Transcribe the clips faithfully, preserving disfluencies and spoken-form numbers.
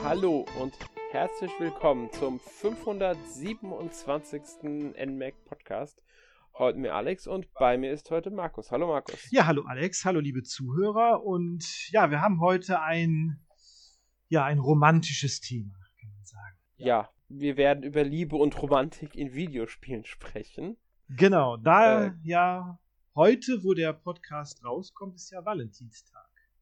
Hallo und herzlich willkommen zum fünfhundertsiebenundzwanzigsten N M A C Podcast. Heute mit Alex und bei mir ist heute Markus. Hallo Markus. Ja, hallo Alex, hallo liebe Zuhörer und ja, wir haben heute ein, ja, ein romantisches Thema, kann man sagen. Ja, wir werden über Liebe und Romantik in Videospielen sprechen. Genau, da Äh, ja heute, wo der Podcast rauskommt, ist ja Valentinstag.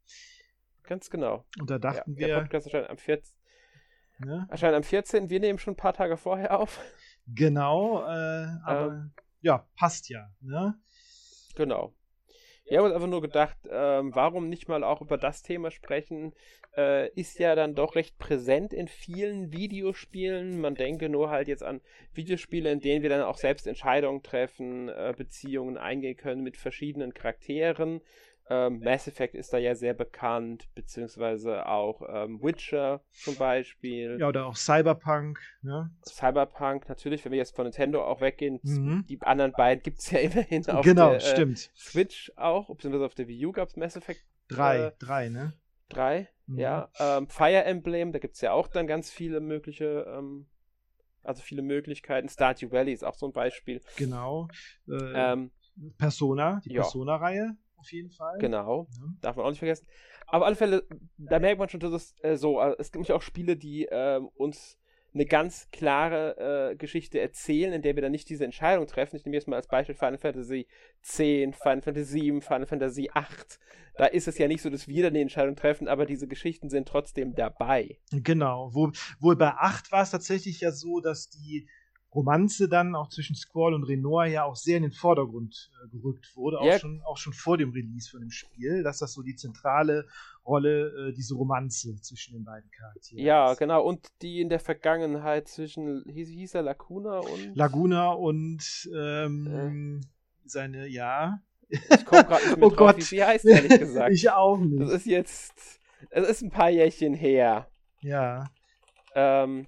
Ganz genau. Und da dachten ja, wir... Der Podcast erscheint am vierzehnten. Ne? Erscheint am vierzehnten. Wir nehmen schon ein paar Tage vorher auf. Genau, äh, aber Ähm, ja, passt ja. Ne? Genau. Wir haben uns einfach nur gedacht, ähm, warum nicht mal auch über das Thema sprechen, äh, ist ja dann doch recht präsent in vielen Videospielen. Man denke nur halt jetzt an Videospiele, in denen wir dann auch selbst Entscheidungen treffen, äh, Beziehungen eingehen können mit verschiedenen Charakteren. Ähm, Mass Effect ist da ja sehr bekannt, beziehungsweise auch ähm, Witcher zum Beispiel. Ja, oder auch Cyberpunk. Ne? Cyberpunk, natürlich, wenn wir jetzt von Nintendo auch weggehen, Mhm. die anderen beiden gibt es ja immerhin auf Genau, der äh, stimmt. Switch auch, beziehungsweise auf der Wii U gab es Mass Effect Drei, äh, drei, ne? drei, Mhm. ja. Ähm, Fire Emblem, da gibt es ja auch dann ganz viele mögliche, ähm, also viele Möglichkeiten. Stardew Valley ist auch so ein Beispiel. Genau. Äh, Ähm, Persona, die ja. Persona-Reihe auf jeden Fall. Genau, Ja. darf man auch nicht vergessen. Aber auf alle Fälle, da merkt man schon, dass es äh, so, äh, es gibt nämlich auch Spiele, die ähm, uns eine ganz klare äh, Geschichte erzählen, in der wir dann nicht diese Entscheidung treffen. Ich nehme jetzt mal als Beispiel Final Fantasy zehn, Final Fantasy sieben, Final Fantasy acht. Da ist es ja nicht so, dass wir dann die Entscheidung treffen, aber diese Geschichten sind trotzdem dabei. Genau. Wo, wo bei acht war es tatsächlich ja so, dass die Romanze dann auch zwischen Squall und Renoir ja auch sehr in den Vordergrund äh, gerückt wurde, auch, Ja. schon, auch schon vor dem Release von dem Spiel, dass das so die zentrale Rolle, äh, diese Romanze zwischen den beiden Charakteren Ja, ist. genau. Und die in der Vergangenheit zwischen, hieß, hieß er Lacuna und... Laguna und ähm, seine, ja. Ich komme gerade nicht mehr Oh drauf, Gott. wie sie heißt, ehrlich gesagt. Ich auch nicht. Das ist jetzt, es ist ein paar Jährchen her. Ja. Ähm,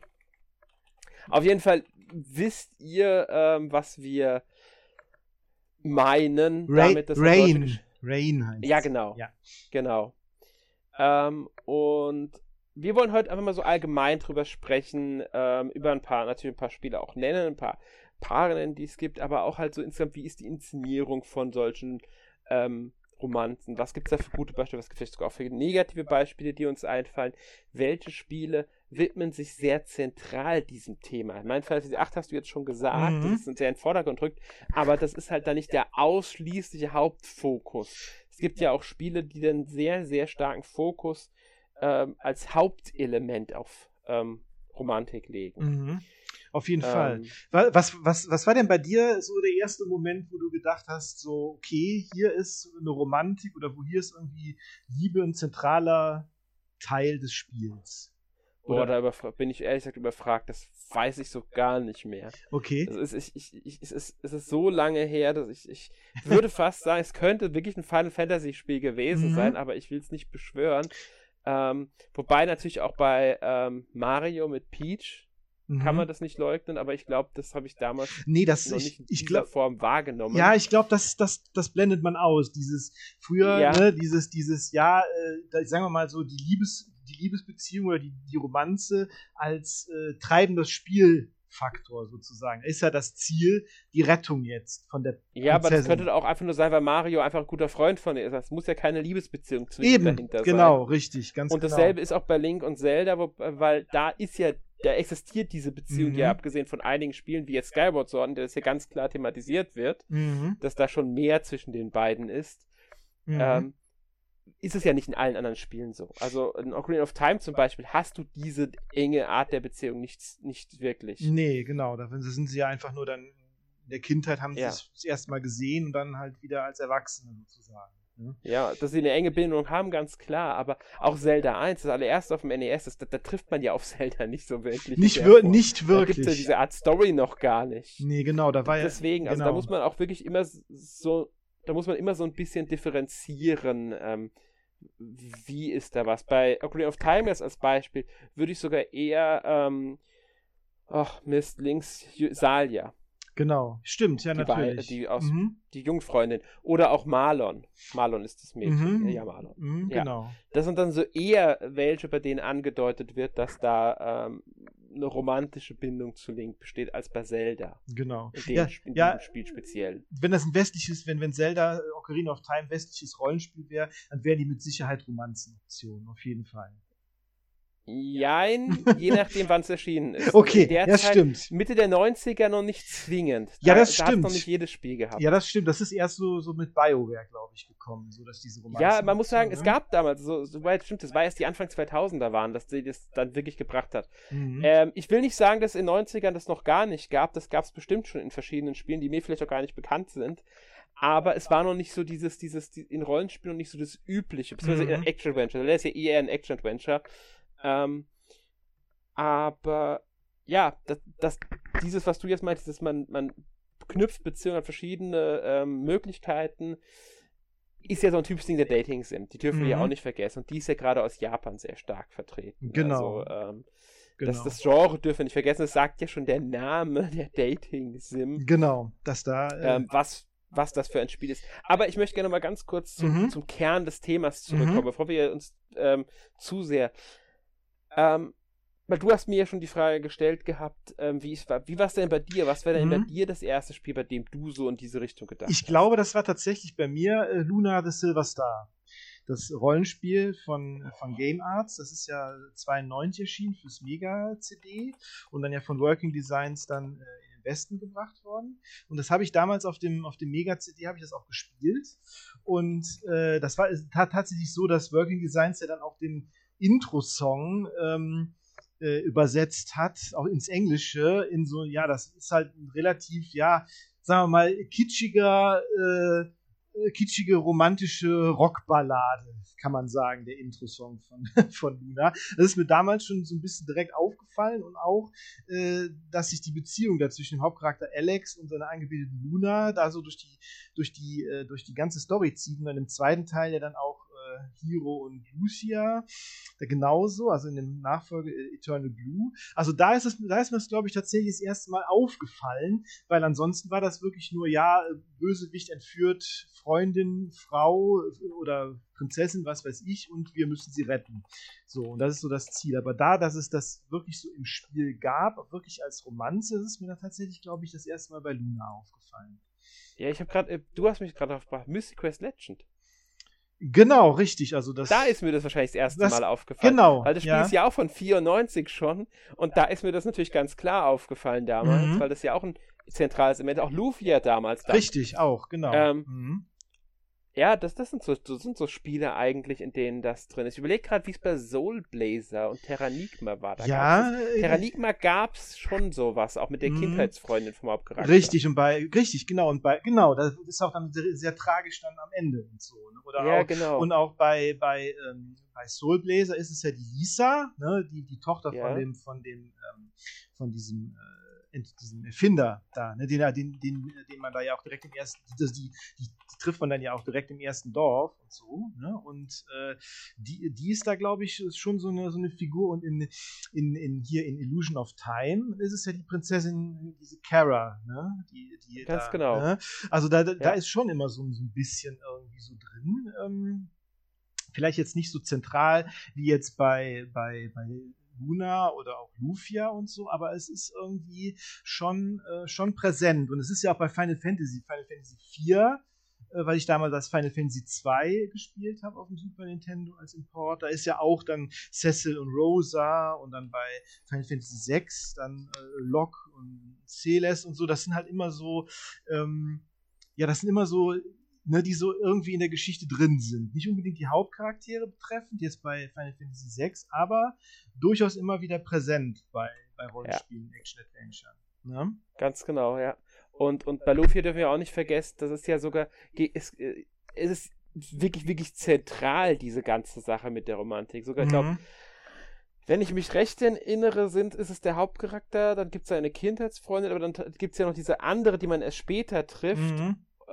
auf jeden Fall wisst ihr, ähm, was wir meinen Ra damit, dass man solche Rain. Gesch- Rain heißt Ja, es. genau. Ja. Genau. Ähm, und wir wollen heute einfach mal so allgemein drüber sprechen, ähm, über ein paar, natürlich ein paar Spiele auch nennen, ein paar Paare nennen, die es gibt, aber auch halt so insgesamt, wie ist die Inszenierung von solchen ähm, Romanzen? Was gibt es da für gute Beispiele? Was gibt es vielleicht sogar auch für negative Beispiele, die uns einfallen? Welche Spiele widmen sich sehr zentral diesem Thema? In meinem Final Fantasy acht hast du jetzt schon gesagt, Mhm. das ist sehr in den Vordergrund rückt, aber das ist halt dann nicht der ausschließliche Hauptfokus. Es gibt ja auch Spiele, die dann sehr, sehr starken Fokus ähm, als Hauptelement auf ähm, Romantik legen. Mhm. Auf jeden Fall. Ähm, Wa- Was, was, was war denn bei dir so der erste Moment, wo du gedacht hast, so, okay, hier ist eine Romantik oder wo hier ist irgendwie Liebe ein zentraler Teil des Spiels? boah, Oder? da überfra- bin ich ehrlich gesagt überfragt, das weiß ich so gar nicht mehr. Okay. Es ist, ich, ich, ich, es ist, es ist so lange her, dass ich, ich würde fast sagen, es könnte wirklich ein Final Fantasy Spiel gewesen Mhm. sein, aber ich will es nicht beschwören. Ähm, wobei natürlich auch bei ähm, Mario mit Peach kann Mhm. man das nicht leugnen, aber ich glaube, das habe ich damals Nee, das noch ich, nicht in ich dieser glaube, Form wahrgenommen. ja, ich glaube, das, das, das blendet man aus. Dieses früher, Ja. ne, dieses, dieses, ja, äh, da, sagen wir mal so, die Liebes, die Liebesbeziehung oder die, die Romanze als äh, treibender Spielfaktor sozusagen. Ist ja das Ziel, die Rettung jetzt von der Ja, aber das Prinzessin. könnte auch einfach nur sein, weil Mario einfach ein guter Freund von ihr ist. Es muss ja keine Liebesbeziehung zwischen Eben, dahinter genau, sein. richtig, ganz Und genau. dasselbe ist auch bei Link und Zelda, wo, weil da ist ja, da existiert diese Beziehung, Mhm. die ja abgesehen von einigen Spielen wie jetzt Skyward Sword, in der das ja ganz klar thematisiert wird, Mhm. dass da schon mehr zwischen den beiden ist. Mhm. Ähm, ist es ja nicht in allen anderen Spielen so. Also in Ocarina of Time zum Beispiel hast du diese enge Art der Beziehung nicht, nicht wirklich. Nee, genau, da sind sie ja einfach nur dann in der Kindheit haben sie Ja. es das erste Mal gesehen und dann halt wieder als Erwachsene sozusagen. Ne? Ja, dass sie eine enge Bindung haben, ganz klar, aber auch Zelda eins, das allererste auf dem N E S, das, da, da trifft man ja auf Zelda nicht so wirklich. Nicht, in der wir Form. nicht Da wirklich. gibt es ja diese Art Story noch gar nicht. Nee, genau, da war ja. Deswegen, also genau. da muss man auch wirklich immer so, da muss man immer so ein bisschen differenzieren, ähm, wie ist da was. Bei Ocarina of Time jetzt als Beispiel würde ich sogar eher, ähm, ach Mist, links, Salia. Genau, stimmt, ja, die natürlich. Wei- die aus mhm. die Jungfreundin. Oder auch Marlon. Marlon ist das Mädchen. Mhm. Ja, Marlon. Mhm, Ja. Genau. Das sind dann so eher welche, bei denen angedeutet wird, dass da ähm, eine romantische Bindung zu Link besteht, als bei Zelda. Genau. In dem, Ja, in ja, diesem Spiel speziell. wenn das ein westliches, wenn, wenn Zelda äh, Ocarina of Time westliches Rollenspiel wäre, dann wären die mit Sicherheit Romanzenoptionen, auf jeden Fall. Jein, je nachdem, wann es erschienen ist. Okay, in der ja, Zeit, stimmt. Mitte der neunziger noch nicht zwingend. Ja, da, das da hat's stimmt. noch nicht jedes Spiel gehabt. Ja, das stimmt. Das ist erst so, so mit BioWare, glaube ich, gekommen, so dass diese Romanzen. Ja, man muss sagen, ne? es gab damals, so, so weit stimmt, es war erst die Anfang zweitausender waren, dass sie das dann wirklich gebracht hat. Mhm. Ähm, ich will nicht sagen, dass in den neunzigern das noch gar nicht gab. Das gab es bestimmt schon in verschiedenen Spielen, die mir vielleicht auch gar nicht bekannt sind. Aber es war noch nicht so dieses, dieses, die, in Rollenspielen noch nicht so das Übliche, beziehungsweise Mhm. Action-Adventure. Das ist ja eher ein Action-Adventure. Ähm, aber ja, das, das, dieses, was du jetzt meintest, dass man, man knüpft Beziehungen an verschiedene ähm, Möglichkeiten, ist ja so ein typisches Ding der Dating-Sim. Die dürfen wir ja Mhm. auch nicht vergessen. Und die ist ja gerade aus Japan sehr stark vertreten. Genau. Also, ähm, Genau. das, das Genre dürfen wir nicht vergessen. Das sagt ja schon der Name der Dating-Sim, Genau, dass da. Äh, ähm, was, was das für ein Spiel ist. Aber ich möchte gerne mal ganz kurz zum, Mhm. zum Kern des Themas zurückkommen, Mhm. bevor wir uns ähm, zu sehr. Ähm, weil du hast mir ja schon die Frage gestellt gehabt, ähm, wie es war. Wie war es denn bei dir? Was war denn Mhm. bei dir das erste Spiel, bei dem du so in diese Richtung gedacht ich hast? glaube, das war tatsächlich bei mir äh, Luna the Silver Star. Das Rollenspiel von, von Game Arts, das ist ja zweiundneunzig erschienen fürs Mega-C D und dann ja von Working Designs dann äh, in den Westen gebracht worden. Und das habe ich damals auf dem, auf dem Mega-C D habe ich das auch gespielt. Und äh, das war ta- tatsächlich so, dass Working Designs ja dann auch den Intro-Song ähm, äh, übersetzt hat, auch ins Englische, in so, ja, das ist halt ein relativ, ja, sagen wir mal, kitschiger, äh, kitschige, romantische Rockballade, kann man sagen, der Intro-Song von, von Luna. Das ist mir damals schon so ein bisschen direkt aufgefallen und auch, äh, dass sich die Beziehung da zwischen dem Hauptcharakter Alex und seiner eingebildeten Luna da so durch die, durch die, äh, durch die ganze Story zieht und dann im zweiten Teil ja dann auch äh, Hiro und Lucia da genauso, also in dem Nachfolge äh, Eternal Blue. Also da ist es, da ist mir das, glaube ich, tatsächlich das erste Mal aufgefallen, weil ansonsten war das wirklich nur, ja, Bösewicht entführt Freundin, Frau oder Prinzessin, was weiß ich, und wir müssen sie retten. So, und das ist so das Ziel. Aber da, dass es das wirklich so im Spiel gab, auch wirklich als Romanze, ist mir dann tatsächlich, glaube ich, das erste Mal bei Luna aufgefallen. Ja, ich habe gerade, äh, du hast mich gerade darauf gebracht, Mystic Quest Legend. Genau, richtig. Also das, Da ist mir das wahrscheinlich das erste das, Mal aufgefallen. Genau. Weil das Spiel ja. ist ja auch von vierundneunzig schon. Und da ist mir das natürlich ganz klar aufgefallen damals, Mhm. weil das ja auch ein zentrales Element, auch Lufia damals. Da. Richtig, auch, genau. Ähm, mhm. Ja, das, das, sind so, das sind so Spiele eigentlich, in denen das drin ist. Ich überlege gerade, wie es bei Soul Blazer und Terranigma war. Da Ja, gab's es- äh, Terranigma gab es schon sowas, auch mit der Mhm. Kindheitsfreundin vom Hauptcharakter. Richtig, und bei, richtig, genau, und bei, genau, das ist auch dann sehr, sehr tragisch dann am Ende und so. Ne? Oder Ja, auch, genau. Und auch bei, bei, ähm, bei Soul Blazer ist es ja die Lisa, ne? die, die Tochter Ja. von dem, von dem, ähm, von diesem, äh, Ent- diesem Erfinder da, ne? den, den, den, den man da ja auch direkt im ersten, die, die, die, die trifft man dann ja auch direkt im ersten Dorf und so, ne? Und äh, die, die ist da, glaube ich, ist schon so eine, so eine Figur und in, in, in hier in Illusion of Time ist es ja die Prinzessin, diese Kara, ne? Die, die Ganz da, genau. Ne? Also da, da, da Ja. ist schon immer so, so ein bisschen irgendwie so drin. Ähm, vielleicht jetzt nicht so zentral wie jetzt bei, bei, bei Luna oder auch Lufia und so, aber es ist irgendwie schon, äh, schon präsent. Und es ist ja auch bei Final Fantasy, Final Fantasy vier, äh, weil ich damals das Final Fantasy zwei gespielt habe auf dem Super Nintendo als Import. Da ist ja auch dann Cecil und Rosa und dann bei Final Fantasy sechs dann äh, Locke und Celeste und so. Das sind halt immer so, ähm, ja, das sind immer so, ne, die so irgendwie in der Geschichte drin sind. Nicht unbedingt die Hauptcharaktere betreffend, jetzt bei Final Fantasy sechs, aber durchaus immer wieder präsent bei, bei Rollenspielen, ja. Action-Adventure. Ne? Ganz genau, ja. Und, und bei Lufia dürfen wir auch nicht vergessen, das ist ja sogar, es, es ist wirklich, wirklich zentral, diese ganze Sache mit der Romantik. Sogar, ich glaube, Mhm. wenn ich mich recht erinnere, sind, ist es der Hauptcharakter, dann gibt es eine Kindheitsfreundin, aber dann gibt es ja noch diese andere, die man erst später trifft. Mhm.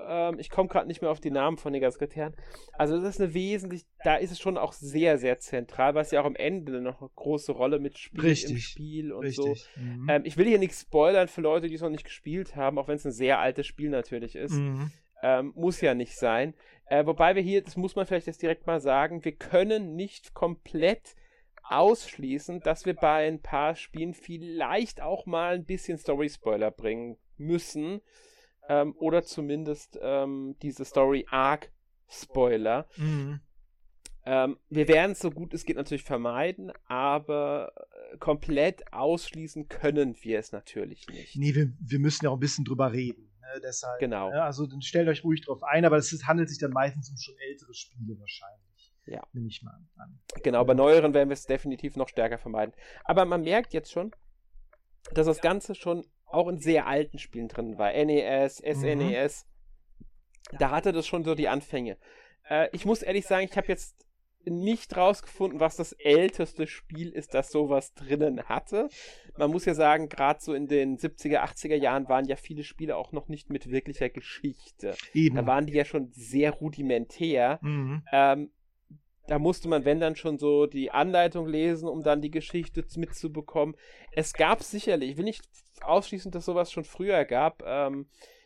ähm, ich komme gerade nicht mehr auf die Namen von den ganzen Kriterien. Also das ist eine wesentlich, da ist es schon auch sehr, sehr zentral, was ja auch am Ende noch eine große Rolle mitspielt Richtig, im Spiel und richtig. so. Mhm. Ähm, ich will hier nichts spoilern für Leute, die es noch nicht gespielt haben, auch wenn es ein sehr altes Spiel natürlich ist. Mhm. Ähm, muss ja nicht sein. Äh, wobei wir hier, das muss man vielleicht jetzt direkt mal sagen, wir können nicht komplett ausschließen, dass wir bei ein paar Spielen vielleicht auch mal ein bisschen Story-Spoiler bringen müssen. Ähm, oder zumindest ähm, diese Story-Arc-Spoiler. Mhm. Ähm, wir werden es so gut es geht natürlich vermeiden, aber äh, komplett ausschließen können wir es natürlich nicht. Nee, wir, wir müssen ja auch ein bisschen drüber reden. Ne? Deshalb, Genau. Ne? Also dann stellt euch ruhig drauf ein, aber es ist, handelt sich dann meistens um schon ältere Spiele wahrscheinlich. Ja. Nehme ich mal an. Genau, bei neueren werden wir es definitiv noch stärker vermeiden. Aber man merkt jetzt schon, dass das Ganze schon auch in sehr alten Spielen drin war. N E S, S N E S. Mhm. Da hatte das schon so die Anfänge. Äh, ich muss ehrlich sagen, ich habe jetzt nicht rausgefunden, was das älteste Spiel ist, das sowas drinnen hatte. Man muss ja sagen, gerade so in den siebziger, achtziger Jahren waren ja viele Spiele auch noch nicht mit wirklicher Geschichte. Eben. Da waren die ja schon sehr rudimentär. Mhm. Ähm, da musste man, wenn dann schon so die Anleitung lesen, um dann die Geschichte mitzubekommen. Es gab sicherlich, ich will nicht ausschließen, dass sowas schon früher gab, ähm,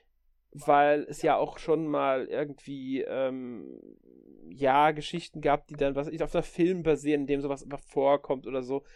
weil es ja auch schon mal irgendwie ähm, ja, Geschichten gab, die dann, was ich, auf einer Film basieren, in dem sowas einfach vorkommt oder so.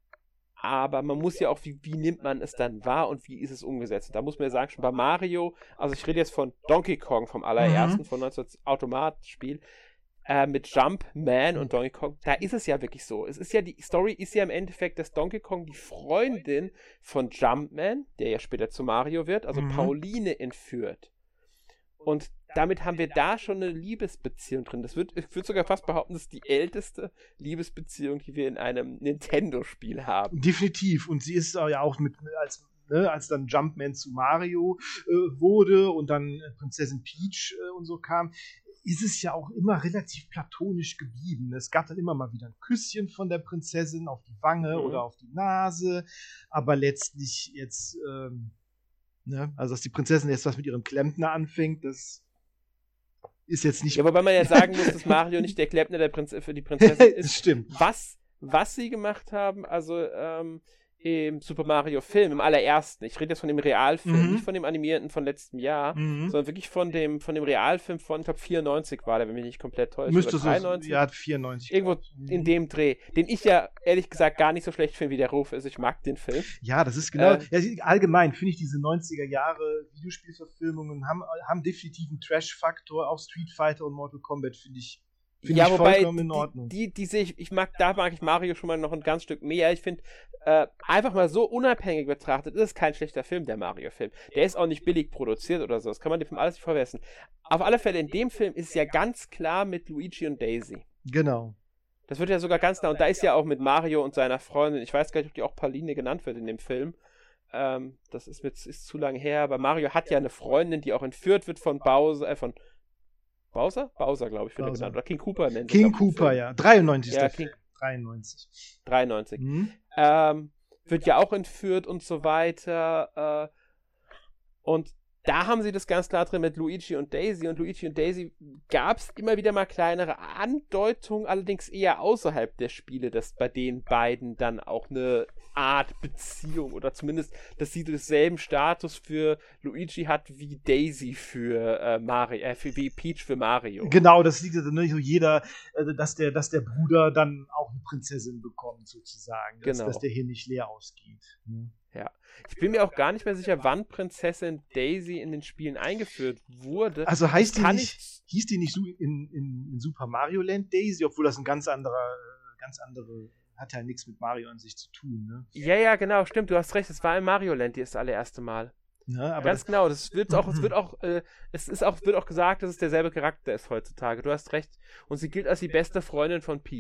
Aber man muss ja auch, wie, wie nimmt man es dann wahr und wie ist es umgesetzt? Und da muss man ja sagen, schon bei Mario, also ich rede jetzt von Donkey Kong, vom allerersten, mhm. von neunzehn Automatspiel, äh, mit Jumpman und Donkey Kong, da ist es ja wirklich so. Es ist ja, die Story ist ja im Endeffekt, dass Donkey Kong die Freundin von Jumpman, der ja später zu Mario wird, also mhm. Pauline, entführt. Und damit haben wir da schon eine Liebesbeziehung drin. Das wird, ich würde sogar fast behaupten, das ist die älteste Liebesbeziehung, die wir in einem Nintendo-Spiel haben. Definitiv. Und sie ist ja auch mit, als, ne, als dann Jumpman zu Mario äh, wurde und dann Prinzessin Peach äh, und so kam, ist es ja auch immer relativ platonisch geblieben. Es gab dann immer mal wieder ein Küsschen von der Prinzessin auf die Wange mhm. oder auf die Nase, aber letztlich jetzt ähm, ne, also dass die Prinzessin jetzt was mit ihrem Klempner anfängt, das ist jetzt nicht... Ja, wobei man ja sagen muss, dass Mario nicht der Klempner der Prinz- für die Prinzessin ist. Das stimmt. Was, was sie gemacht haben, also ähm, im Super Mario Film, im allerersten, ich rede jetzt von dem Realfilm, mhm. nicht von dem animierten von letztem Jahr, mhm. sondern wirklich von dem, von dem Realfilm von, ich glaube, vierundneunzig war der, wenn mich nicht komplett täuscht. Müsste so, ja, vierundneunzig. Irgendwo mhm. in dem Dreh, den ich ja ehrlich gesagt gar nicht so schlecht finde, wie der Ruf ist. Ich mag den Film. Ja, das ist genau, äh, ja, allgemein finde ich diese neunziger Jahre Videospielverfilmungen haben, haben definitiv einen Trash-Faktor, auch Street Fighter und Mortal Kombat finde ich Finde ja, ich wobei, vollkommen in Ordnung. Die, die, die sehe ich, ich mag, da mag ich Mario schon mal noch ein ganz Stück mehr. Ich finde, äh, einfach mal so unabhängig betrachtet, ist es kein schlechter Film, der Mario-Film. Der ist auch nicht billig produziert oder so, das kann man dem Film alles nicht vorwerfen. Auf alle Fälle, in dem Film ist es ja ganz klar mit Luigi und Daisy. Genau. Das wird ja sogar ganz klar, und da ist ja auch mit Mario und seiner Freundin, ich weiß gar nicht, ob die auch Pauline genannt wird in dem Film. Ähm, das ist, mit, ist zu lang her, aber Mario hat ja eine Freundin, die auch entführt wird von Bowser, äh, von Bowser? Bowser, glaube ich, wird er genannt. Oder King Cooper nennt King Cooper, ja. dreiundneunzig ja, ist der King, dreiundneunzig. dreiundneunzig. Mhm. Ähm, wird ja auch entführt und so weiter. Äh, und da haben sie das ganz klar drin mit Luigi und Daisy. Und Luigi und Daisy gab es immer wieder mal kleinere Andeutungen, allerdings eher außerhalb der Spiele, dass bei den beiden dann auch eine Art Beziehung oder zumindest, dass sie denselben Status für Luigi hat wie Daisy für äh, Mario, äh, für, wie Peach für Mario. Genau, das liegt also nicht so jeder, also dass der, dass der Bruder dann auch eine Prinzessin bekommt, sozusagen. Dass, genau. dass der hier nicht leer ausgeht. Ne? Ja. Ich bin mir auch gar nicht mehr sicher, wann Prinzessin Daisy in den Spielen eingeführt wurde. Also heißt die nicht, hieß die nicht in, in, in Super Mario Land Daisy, obwohl das ein ganz anderer, ganz andere, hat ja nichts mit Mario an sich zu tun, ne? Ja, ja, genau, stimmt, du hast recht, es war in Mario Land das allererste Mal. Ja, aber ganz das, genau, das wird auch, es wird auch, äh, es ist auch, wird auch gesagt, dass es derselbe Charakter ist heutzutage. Du hast recht. Und sie gilt als die beste Freundin von Peach.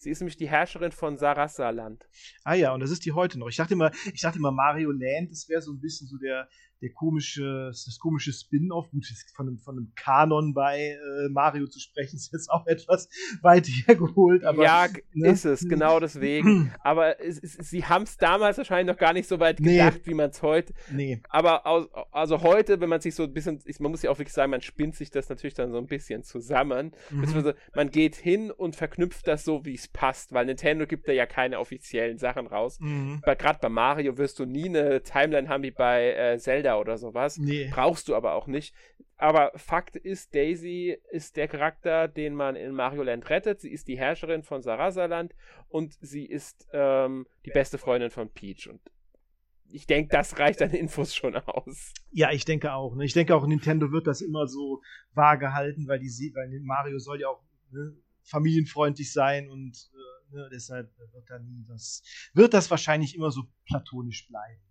Sie ist nämlich die Herrscherin von Sarasaland. Ah ja, und das ist die heute noch. Ich dachte immer, ich dachte immer Mario Land, das wäre so ein bisschen so der, der komische, das komische Spin-off. Gut, von einem, von einem Kanon bei äh, Mario zu sprechen, ist jetzt auch etwas weit hergeholt. Aber, ja, ne? ist es, genau deswegen. Aber es, es, sie haben es damals wahrscheinlich noch gar nicht so weit gedacht, nee. wie man es heute. Nee. Aber aus, also heute, wenn man sich so ein bisschen, man muss ja auch wirklich sagen, man spinnt sich das natürlich dann so ein bisschen zusammen. Mhm. Beziehungsweise man geht hin und verknüpft das so, wie es passt, weil Nintendo gibt da ja keine offiziellen Sachen raus. Mhm. Gerade bei Mario wirst du nie eine Timeline haben wie bei äh, Zelda oder sowas. Nee. Brauchst du aber auch nicht. Aber Fakt ist, Daisy ist der Charakter, den man in Mario Land rettet. Sie ist die Herrscherin von Sarasaland und sie ist ähm, die beste Freundin von Peach. Und ich denke, das reicht an Infos schon aus. Ja, ich denke auch. Ne? Ich denke auch, Nintendo wird das immer so vage halten, weil, die, weil Mario soll ja auch ne, familienfreundlich sein und äh, ne, deshalb wird da nie das, wird das wahrscheinlich immer so platonisch bleiben.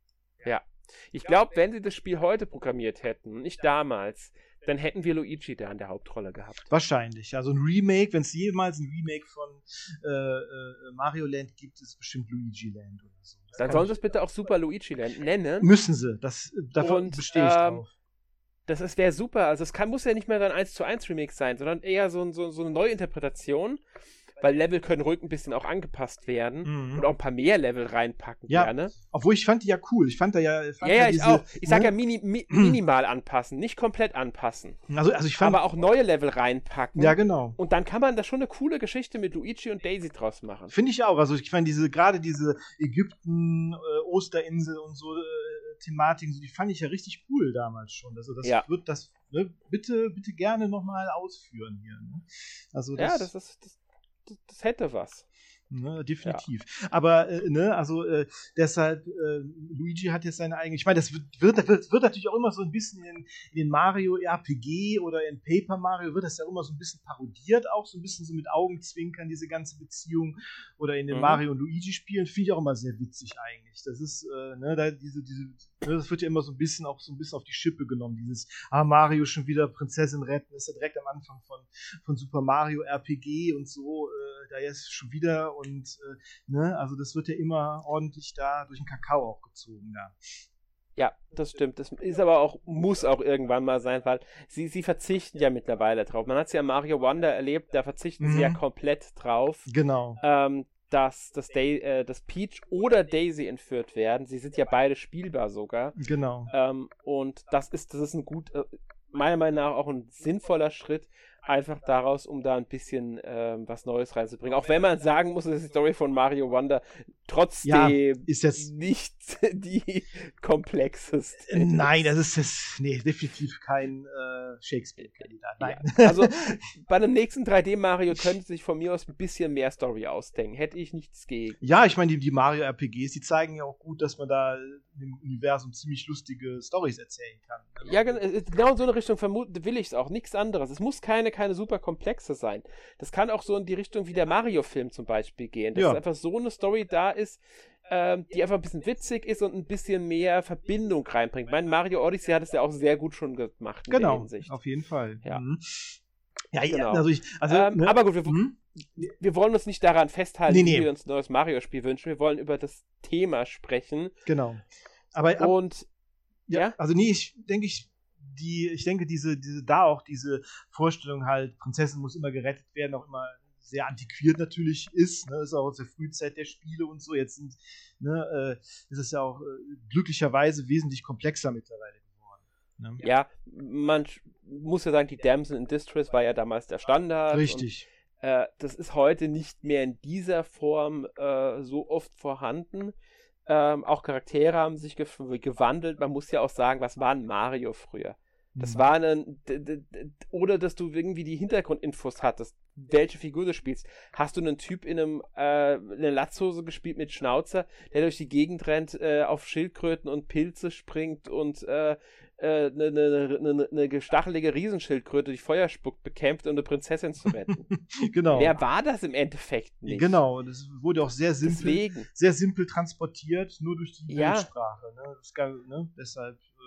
Ja. Ich glaube, wenn sie das Spiel heute programmiert hätten und nicht damals, dann hätten wir Luigi da in der Hauptrolle gehabt. Wahrscheinlich. Also ein Remake, wenn es jemals ein Remake von äh, äh, Mario Land gibt, ist bestimmt Luigi Land oder so. Das dann sollen sie es bitte auch Super Luigi Land nennen. Müssen sie. Das, davon bestehe ich ähm, drauf. Das, das wäre super. Also es kann, muss ja nicht mehr dann eins zu eins Remake sein, sondern eher so, so, so eine Neuinterpretation. Weil Level können ruhig ein bisschen auch angepasst werden mhm. und auch ein paar mehr Level reinpacken ja, gerne. Obwohl ich fand die ja cool. Ich fand da ja... Fand ja, ja, da ich diese, auch. Ich sag ne? ja mini, mi, minimal anpassen, nicht komplett anpassen. Also, also ich fand, aber auch neue Level reinpacken. Ja, genau. Und dann kann man da schon eine coole Geschichte mit Luigi und Daisy draus machen. Finde ich auch. Also ich meine, diese, gerade diese Ägypten, äh, Osterinsel und so äh, Thematiken, so, die fand ich ja richtig cool damals schon. Also das ja. wird das, ne, bitte, bitte gerne nochmal ausführen hier. Ne? Also das, ja, das ist... Das Das hätte was. Ne, definitiv. Ja. Aber, äh, ne, also äh, deshalb, äh, Luigi hat jetzt seine eigene. Ich meine, das wird, wird, wird, wird natürlich auch immer so ein bisschen in, in den Mario R P G oder in Paper Mario wird das ja immer so ein bisschen parodiert, auch so ein bisschen so mit Augenzwinkern, diese ganze Beziehung. Oder in den mhm. Mario und Luigi-Spielen finde ich auch immer sehr witzig eigentlich. Das ist, äh, ne, da diese, diese, ne, das wird ja immer so ein bisschen auch so ein bisschen auf die Schippe genommen. Dieses, ah, Mario schon wieder Prinzessin retten, das ist ja direkt am Anfang von, von Super Mario R P G und so, äh, da jetzt schon wieder. Und äh, ne, also das wird ja immer ordentlich da durch den Kakao auch gezogen da. Ja, das stimmt. Das ist aber auch, muss auch irgendwann mal sein, weil sie, sie verzichten ja mittlerweile drauf. Man hat es ja in Mario Wonder erlebt, da verzichten mhm. sie ja komplett drauf. Genau. Ähm, dass, dass, Day, äh, dass Peach oder Daisy entführt werden. Sie sind ja beide spielbar sogar. Genau. Ähm, und das ist, das ist ein gut, äh, meiner Meinung nach auch ein sinnvoller Schritt, einfach daraus, um da ein bisschen ähm, was Neues reinzubringen. Auch wenn man sagen muss, dass die Story von Mario Wonder trotzdem ja, ist jetzt nicht die komplexeste ist. Nein, das ist jetzt, nee, definitiv kein äh, Shakespeare-Kandidat. Nein. Ja, also bei einem nächsten drei D Mario könnte sich von mir aus ein bisschen mehr Story ausdenken. Hätte ich nichts gegen. Ja, ich meine, die, die Mario-R P Gs, die zeigen ja auch gut, dass man da im Universum ziemlich lustige Storys erzählen kann. Also ja, genau in so eine Richtung vermuten, will ich es auch. Nichts anderes. Es muss keine, keine super komplexe sein. Das kann auch so in die Richtung wie der Mario-Film zum Beispiel gehen. Dass ja. einfach so eine Story da ist, ähm, die einfach ein bisschen witzig ist und ein bisschen mehr Verbindung reinbringt. Mein Mario Odyssey hat es ja auch sehr gut schon gemacht in genau, der Hinsicht. Auf jeden Fall. Ja, mhm. ja, genau. also ich, also, ähm, ne? aber gut, wir, mhm. wir wollen uns nicht daran festhalten, nee, nee. wie wir uns ein neues Mario-Spiel wünschen. Wir wollen über das Thema sprechen. Genau. Aber ab, und ja, ja, also nee, ich denke, ich die, ich denke, diese, diese, da auch diese Vorstellung halt, Prinzessin muss immer gerettet werden, auch immer sehr antiquiert natürlich ist, ne, ist auch aus der Frühzeit der Spiele und so, jetzt sind, ne, äh, ist es ja auch äh, glücklicherweise wesentlich komplexer mittlerweile geworden. Ne? Ja, man muss ja sagen, die Damsel in Distress war ja damals der Standard. Richtig. Und, äh, das ist heute nicht mehr in dieser Form äh, so oft vorhanden. Ähm, auch Charaktere haben sich ge- gewandelt. Man muss ja auch sagen, was war ein Mario früher? Das mhm. war ein, d- d- d- oder dass du irgendwie die Hintergrundinfos hattest, welche Figur du spielst. Hast du einen Typ in einem äh, eine Latzhose gespielt mit Schnauzer, der durch die Gegend rennt, äh, auf Schildkröten und Pilze springt und äh, äh, eine, eine, eine, eine gestachelige Riesenschildkröte, die Feuer spuckt, bekämpft, um eine Prinzessin zu retten. Genau. Wer war das im Endeffekt nicht? Genau, das wurde auch sehr simpel, Deswegen. sehr simpel transportiert, nur durch die Ja. Bildsprache. Ne? Das gab, ne? Deshalb, äh,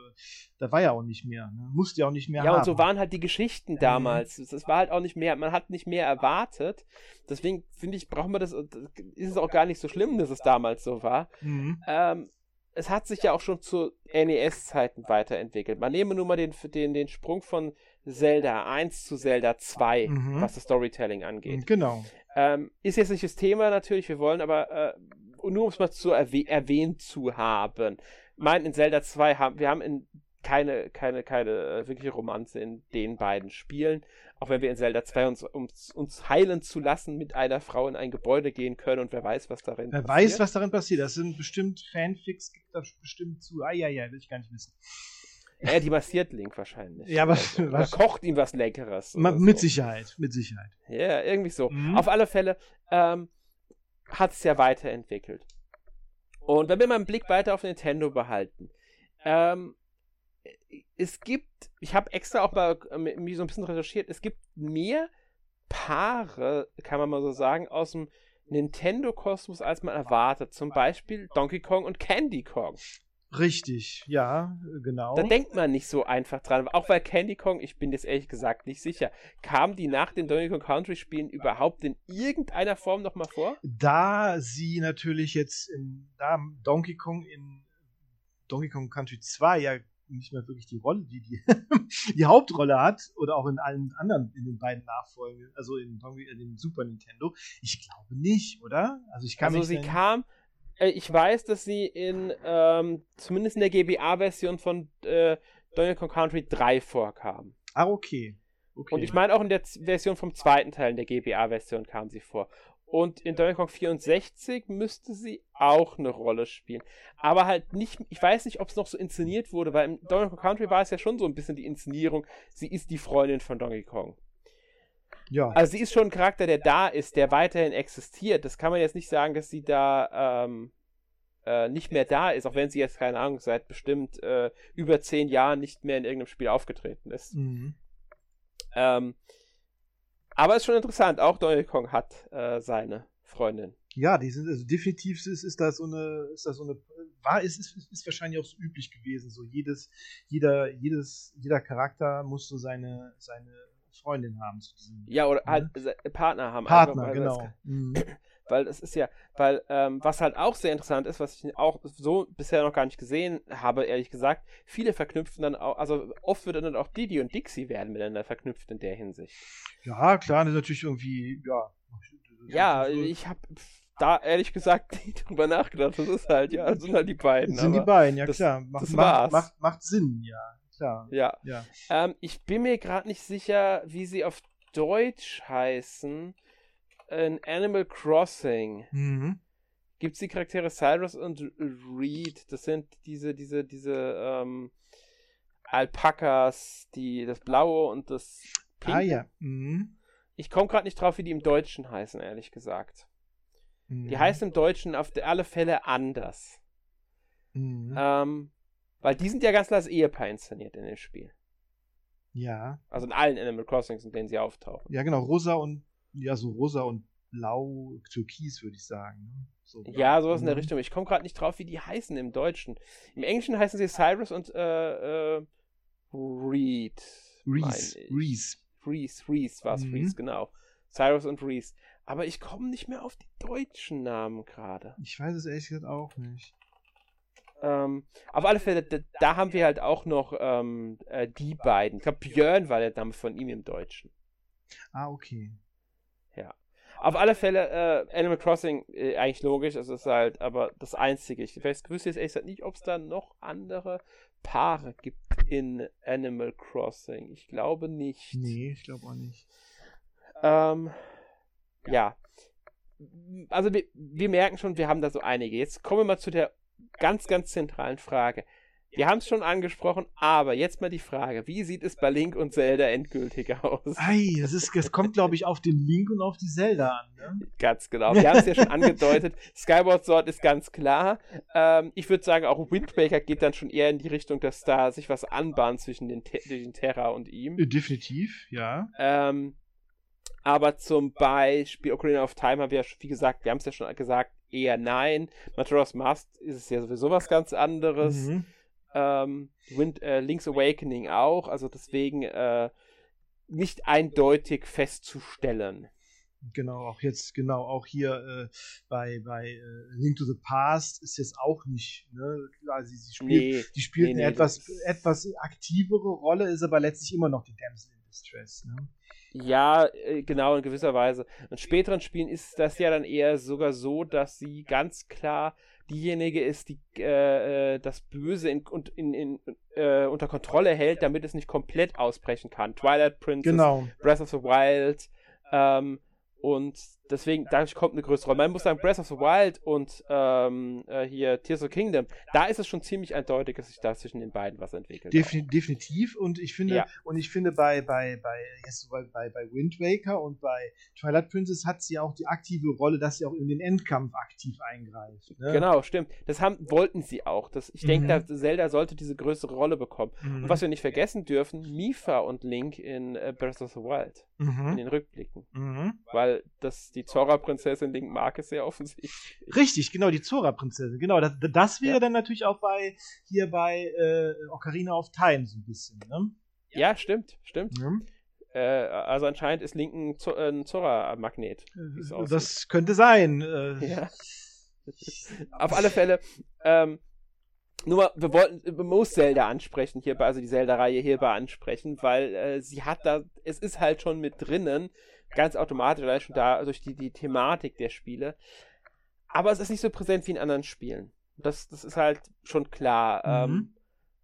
da war ja auch nicht mehr. Ne? Musste ja auch nicht mehr Ja, haben. und so waren halt die Geschichten damals. Es mhm. war halt auch nicht mehr, man hat nicht mehr erwartet. Deswegen finde ich, brauchen wir das, ist es auch gar nicht so schlimm, dass es damals so war. Mhm. Ähm, es hat sich ja auch schon zu N E S-Zeiten weiterentwickelt. Man nehme nur mal den, den, den Sprung von Zelda eins zu Zelda zwei, mhm. was das Storytelling angeht. Genau. Ähm, ist jetzt nicht das Thema natürlich, wir wollen aber, äh, nur um es mal zu erwäh- erwähnt zu haben, meint in Zelda zwei, haben, wir haben in keine, keine, keine äh, wirkliche Romanze in den beiden Spielen, auch wenn wir in Zelda zwei uns, uns, uns heilen zu lassen mit einer Frau in ein Gebäude gehen können und wer weiß, was darin wer passiert. Wer weiß, was darin passiert, das sind bestimmt Fanfics, gibt da bestimmt zu, ah ja, ja, will ich gar nicht wissen. Ja, die massiert Link wahrscheinlich. Ja, aber oder, oder kocht ihm was Leckeres. Ma- mit so. Sicherheit, mit Sicherheit. Ja, irgendwie so. Mhm. Auf alle Fälle ähm, hat es ja weiterentwickelt. Und wenn wir mal einen Blick weiter auf Nintendo behalten, ähm, es gibt, ich habe extra auch mal mich so ein bisschen recherchiert, es gibt mehr Paare, kann man mal so sagen, aus dem Nintendo-Kosmos, als man erwartet. Zum Beispiel Donkey Kong und Candy Kong. Richtig, ja, genau. Da denkt man nicht so einfach dran. Auch weil Candy Kong, ich bin jetzt ehrlich gesagt nicht sicher, kamen die nach den Donkey Kong Country Spielen überhaupt in irgendeiner Form nochmal vor? Da sie natürlich jetzt in da Donkey Kong in Donkey Kong Country zwei ja nicht mehr wirklich die Rolle, die die, die Hauptrolle hat, oder auch in allen anderen, in den beiden Nachfolgen, also in, Donkey, in dem Super Nintendo. Ich glaube nicht, oder? Also ich kann Also sie kam Ich weiß, dass sie in, ähm, zumindest in der G B A-Version von äh, Donkey Kong Country drei vorkam. Ah, okay. okay. Und ich meine auch in der Z- Version vom zweiten Teil, in der G B A-Version kam sie vor. Und in Donkey Kong vierundsechzig müsste sie auch eine Rolle spielen. Aber halt nicht, ich weiß nicht, ob es noch so inszeniert wurde, weil im Donkey Kong Country war es ja schon so ein bisschen die Inszenierung, sie ist die Freundin von Donkey Kong. Ja. Also sie ist schon ein Charakter, der da ist, der weiterhin existiert. Das kann man jetzt nicht sagen, dass sie da ähm, äh, nicht mehr da ist, auch wenn sie jetzt, keine Ahnung, seit bestimmt äh, über zehn Jahren nicht mehr in irgendeinem Spiel aufgetreten ist. Mhm. Ähm, aber es ist schon interessant, auch Donkey Kong hat äh, seine Freundin. Ja, die sind, also definitiv ist, ist da so eine, ist da so eine, war, ist, ist, ist wahrscheinlich auch so üblich gewesen. So jedes, jeder, jedes, jeder Charakter muss so seine, seine Freundin haben zu diesem. Ja, oder halt äh, Partner haben. Partner, einfach, genau. Das, mhm. Weil es ist ja, weil, ähm, was halt auch sehr interessant ist, was ich auch so bisher noch gar nicht gesehen habe, ehrlich gesagt, viele verknüpfen dann auch, also oft wird dann auch Didi und Dixie werden miteinander verknüpft in der Hinsicht. Ja, klar, das ist natürlich irgendwie, ja. Ja, ich habe da ehrlich gesagt nicht drüber nachgedacht. Das ist halt, ja, das sind halt die beiden. Das sind die beiden, ja das, klar. Macht, das war's. Macht, macht, macht Sinn, ja, klar. Ja. ja. Ähm, ich bin mir gerade nicht sicher, wie sie auf Deutsch heißen. In Animal Crossing mhm. gibt es die Charaktere Cyrus und Reed. Das sind diese, diese, diese ähm, Alpakas, die, das Blaue und das Pinke. Ah ja. Mhm. Ich komme gerade nicht drauf, wie die im Deutschen heißen, ehrlich gesagt. Mhm. Die heißen im Deutschen auf alle Fälle anders. Mhm. Ähm, weil die sind ja ganz klar als Ehepaar inszeniert in dem Spiel. Ja. Also in allen Animal Crossings, in denen sie auftauchen. Ja, genau. Rosa und, ja, so rosa und blau, türkis, würde ich sagen. Ne? So, ja, sowas mhm. in der Richtung. Ich komme gerade nicht drauf, wie die heißen im Deutschen. Im Englischen heißen sie Cyrus und äh, äh, Reed. Reese. Reese. Reese, Reese war es, mhm. Reese, genau. Cyrus und Reese. Aber ich komme nicht mehr auf die deutschen Namen gerade. Ich weiß es ehrlich gesagt auch nicht. Ähm, auf alle Fälle, da, da haben wir halt auch noch ähm, äh, die beiden. Ich glaube, Björn war der Name von ihm im Deutschen. Ah, okay. Ja. Auf alle Fälle, äh, Animal Crossing, äh, eigentlich logisch, es ist halt aber das Einzige. Ich weiß, wüsste jetzt ehrlich gesagt nicht, ob es da noch andere Paare gibt in Animal Crossing. Ich glaube nicht. Nee, ich glaube auch nicht. Ähm, ja. Also wir, wir merken schon, wir haben da so einige. Jetzt kommen wir mal zu der ganz, ganz zentralen Frage. Wir haben es schon angesprochen, aber jetzt mal die Frage, wie sieht es bei Link und Zelda endgültig aus? Ei, das, ist, das kommt, glaube ich, auf den Link und auf die Zelda an. Ne? Ganz genau. Wir haben es ja schon angedeutet. Skyward Sword ist ganz klar. Ähm, ich würde sagen, auch Wind Waker geht dann schon eher in die Richtung, dass da sich was anbahnt zwischen den, Te- den Terra und ihm. Definitiv, ja. Ähm, aber zum Beispiel Ocarina of Time haben wir ja, wie gesagt, wir haben es ja schon gesagt, eher nein. Majora's Mask ist es ja sowieso was ganz anderes. Mhm. Ähm, Wind, äh, Link's Awakening auch, also deswegen äh, nicht eindeutig festzustellen. Genau, auch jetzt, genau, auch hier äh, bei, bei äh, Link to the Past ist jetzt auch nicht, ne, klar, sie, sie spielt, Nee, die spielt nee, eine nee, etwas, das- etwas aktivere Rolle, ist aber letztlich immer noch die Damsel in Distress, ne? Ja, äh, genau, in gewisser Weise. In späteren Spielen ist das ja dann eher sogar so, dass sie ganz klar diejenige ist, die äh, äh, das Böse in, in, in, äh, unter Kontrolle hält, damit es nicht komplett ausbrechen kann. Twilight Princess, Genau. Breath of the Wild, ähm, und deswegen, dadurch kommt eine größere Rolle. Man muss sagen, Breath of the Wild und ähm, äh, hier Tears of the Kingdom, da ist es schon ziemlich eindeutig, dass sich da zwischen den beiden was entwickelt. Defin definitiv, und ich finde, Ja. und ich finde bei, bei, bei, jetzt so bei, bei, bei Wind Waker und bei Twilight Princess hat sie auch die aktive Rolle, dass sie auch in den Endkampf aktiv eingreift. Ne? Genau, stimmt. Das haben, wollten sie auch. Das, ich Mhm. denke, da Zelda sollte diese größere Rolle bekommen. Mhm. Und was wir nicht vergessen dürfen, Mipha und Link in äh, Breath of the Wild, in Mhm. den Rückblicken. Mhm. Weil das die Zora-Prinzessin Link mag es sehr offensichtlich. Richtig, genau, die Zora-Prinzessin. Genau, das, das wäre Ja. dann natürlich auch bei hier bei äh, Ocarina of Time so ein bisschen. Ne? Ja, stimmt, stimmt. Mhm. Äh, also anscheinend ist Link ein, Zo- äh, ein Zora-Magnet. wie es aussieht. Das könnte sein. Äh, Ja. Auf alle Fälle, ähm, nur mal, wir wollten, man muss Zelda ansprechen hierbei, also die Zelda-Reihe hierbei ansprechen, weil äh, sie hat da, es ist halt schon mit drinnen, ganz automatisch, weil schon da, durch die, die Thematik der Spiele, aber es ist nicht so präsent wie in anderen Spielen. Das, das ist halt schon klar. Mhm. Ähm,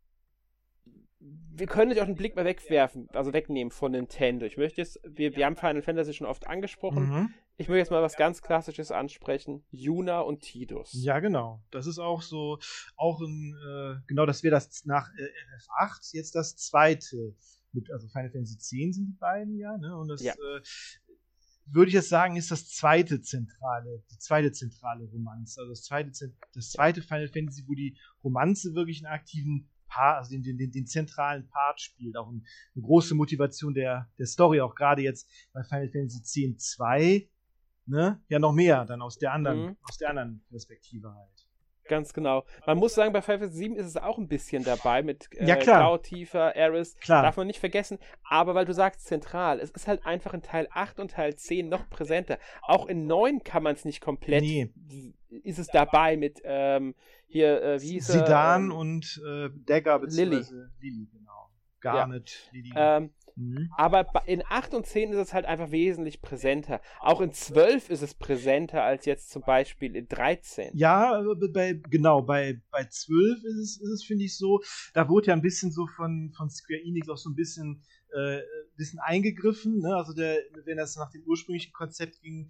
wir können nicht auch den Blick mal wegwerfen, also wegnehmen von Nintendo. Ich möchte jetzt, wir, wir haben Final Fantasy schon oft angesprochen, Mhm. ich möchte jetzt mal was ganz Klassisches ansprechen, Yuna und Tidus. Ja, genau. Das ist auch so, auch ein, äh, genau, das wäre das nach äh, F F acht jetzt das zweite. Mit, also Final Fantasy zehn sind die beiden, ja, ne? Und das Ja. äh, würde ich jetzt sagen, ist das zweite zentrale, die zweite zentrale Romanze. Also das zweite, Zen- das zweite Final Fantasy, wo die Romanze wirklich einen aktiven Part, also den, den, den, den zentralen Part spielt. Auch ein, eine große Motivation der, der Story, auch gerade jetzt bei Final Fantasy zehn zwei, ne? Ja, noch mehr dann aus der anderen, Mhm. aus der anderen Perspektive halt. Ganz genau. Man muss sagen, bei Final Fantasy sieben ist es auch ein bisschen dabei mit äh, Ja, klar. Cloud, Tifa, Aeris. Klar. Darf man nicht vergessen. Aber weil du sagst zentral, es ist halt einfach in Teil acht und Teil zehn noch präsenter. Auch in neun kann man es nicht komplett. Nee. Ist es dabei mit ähm, hier, äh, wie hieß er? Sidan ähm, und äh, Dagger beziehungsweise Lily, genau. Garnet, Lily. ähm, Mhm. aber bei- in acht und zehn ist es halt einfach wesentlich präsenter. Auch in zwölf ist es präsenter als jetzt zum Beispiel in dreizehn. Ja, äh, bei, genau, bei, bei zwölf ist es, ist es finde ich, so, da wurde ja ein bisschen so von, von Square Enix auch so ein bisschen, äh, bisschen eingegriffen, ne? Also der, wenn das nach dem ursprünglichen Konzept ging,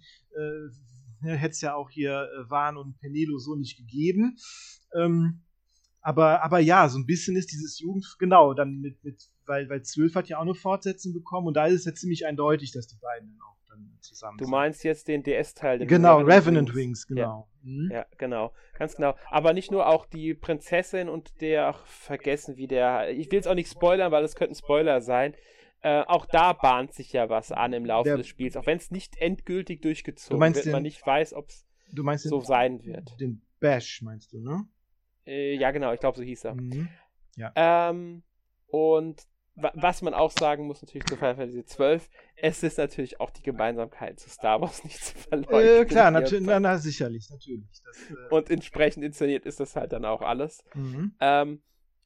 äh, hätte es ja auch hier äh, Van und Penelo so nicht gegeben. Ähm, aber, aber ja, so ein bisschen ist dieses Jugend, genau, dann mit, mit weil, weil zwölf hat ja auch eine Fortsetzung bekommen und da ist es ja ziemlich eindeutig, dass die beiden dann auch dann zusammen Du sind. meinst jetzt den D S-Teil. den Genau, Revenant Wings, genau. Mhm. Ja, genau. Ganz genau. Aber nicht nur auch die Prinzessin und der, ach, vergessen wie der, ich will es auch nicht spoilern, weil es könnten Spoiler sein. Äh, auch da bahnt sich ja was an im Laufe Der- des Spiels, auch wenn es nicht endgültig durchgezogen Du meinst wird, den- man nicht weiß, ob es Du meinst so den, sein wird. den Bash, meinst du, ne? Äh, ja, genau, ich glaube, so hieß er. Mhm. Ähm, und wa was man auch sagen muss natürlich zu Final Fantasy zwölf, es ist natürlich auch die Gemeinsamkeit zu Star Wars nicht zu verleugnen. Äh, klar, Hier natürlich, na, na, sicherlich, natürlich. Das, äh, Und entsprechend inszeniert ist das halt dann auch alles. mhm. Ähm,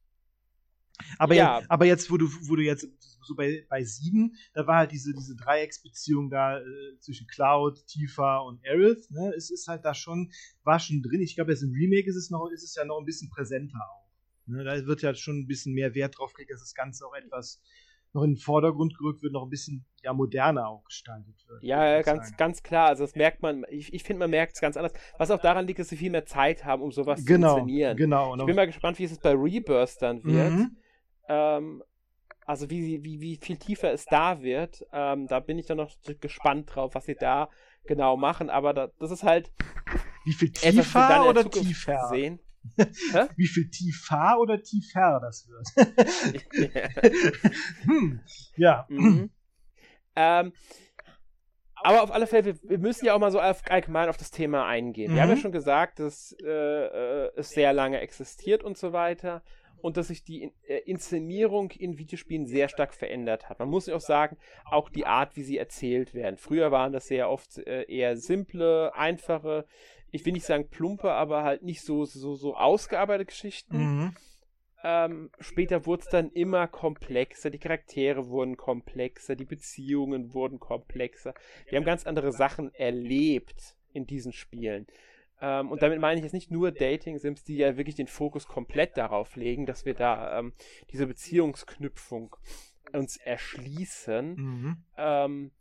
aber, ja. jetzt, aber jetzt, wo du, wo du jetzt so bei, bei sieben, da war halt diese, diese Dreiecksbeziehung da äh, zwischen Cloud, Tifa und Aerith, ne? Es ist halt da schon, war schon drin. Ich glaube, jetzt im Remake ist es noch, ist es ja noch ein bisschen präsenter auch. Ne? Da wird ja schon ein bisschen mehr Wert drauf gelegt, dass das Ganze auch etwas noch in den Vordergrund gerückt wird, noch ein bisschen ja, moderner auch gestaltet wird. Ja, würde ja, ich ganz, sagen. ganz klar. Also das merkt man, ich, ich finde, man merkt es ganz anders. Was auch daran liegt, dass sie viel mehr Zeit haben, um sowas Genau, zu inszenieren. genau. Ich bin mal gespannt, wie es bei Rebirth dann wird. Mhm. Ähm, also wie, sie- wie, wie viel tiefer es da wird. Ähm, da bin ich dann noch gespannt drauf, was sie da genau machen. Aber da, das ist halt Wie viel etwas, was wir tiefer dann in der oder Zukunft tiefer? sehen. Wie viel tiefer oder tiefer das wird? hm. Ja. Mhm. ähm, aber auf alle Fälle, wir, wir müssen ja auch mal so auf, allgemein auf das Thema eingehen. Wir Mhm. haben ja schon gesagt, dass äh, äh, es sehr lange existiert und so weiter. und dass sich die äh, Inszenierung in Videospielen sehr stark verändert hat. Man muss ja auch sagen, auch die Art, wie sie erzählt werden. Früher waren das sehr oft äh, eher simple, einfache, ich will nicht sagen plumpe, aber halt nicht so, so, so ausgearbeitete Geschichten. Mhm. Ähm, später wurde es dann immer komplexer, die Charaktere wurden komplexer, die Beziehungen wurden komplexer. Wir haben ganz andere Sachen erlebt in diesen Spielen. Ähm, und damit meine ich jetzt nicht nur Dating-Sims, die ja wirklich den Fokus komplett darauf legen, dass wir da ähm, diese Beziehungsknüpfung uns erschließen. Mhm. Ähm,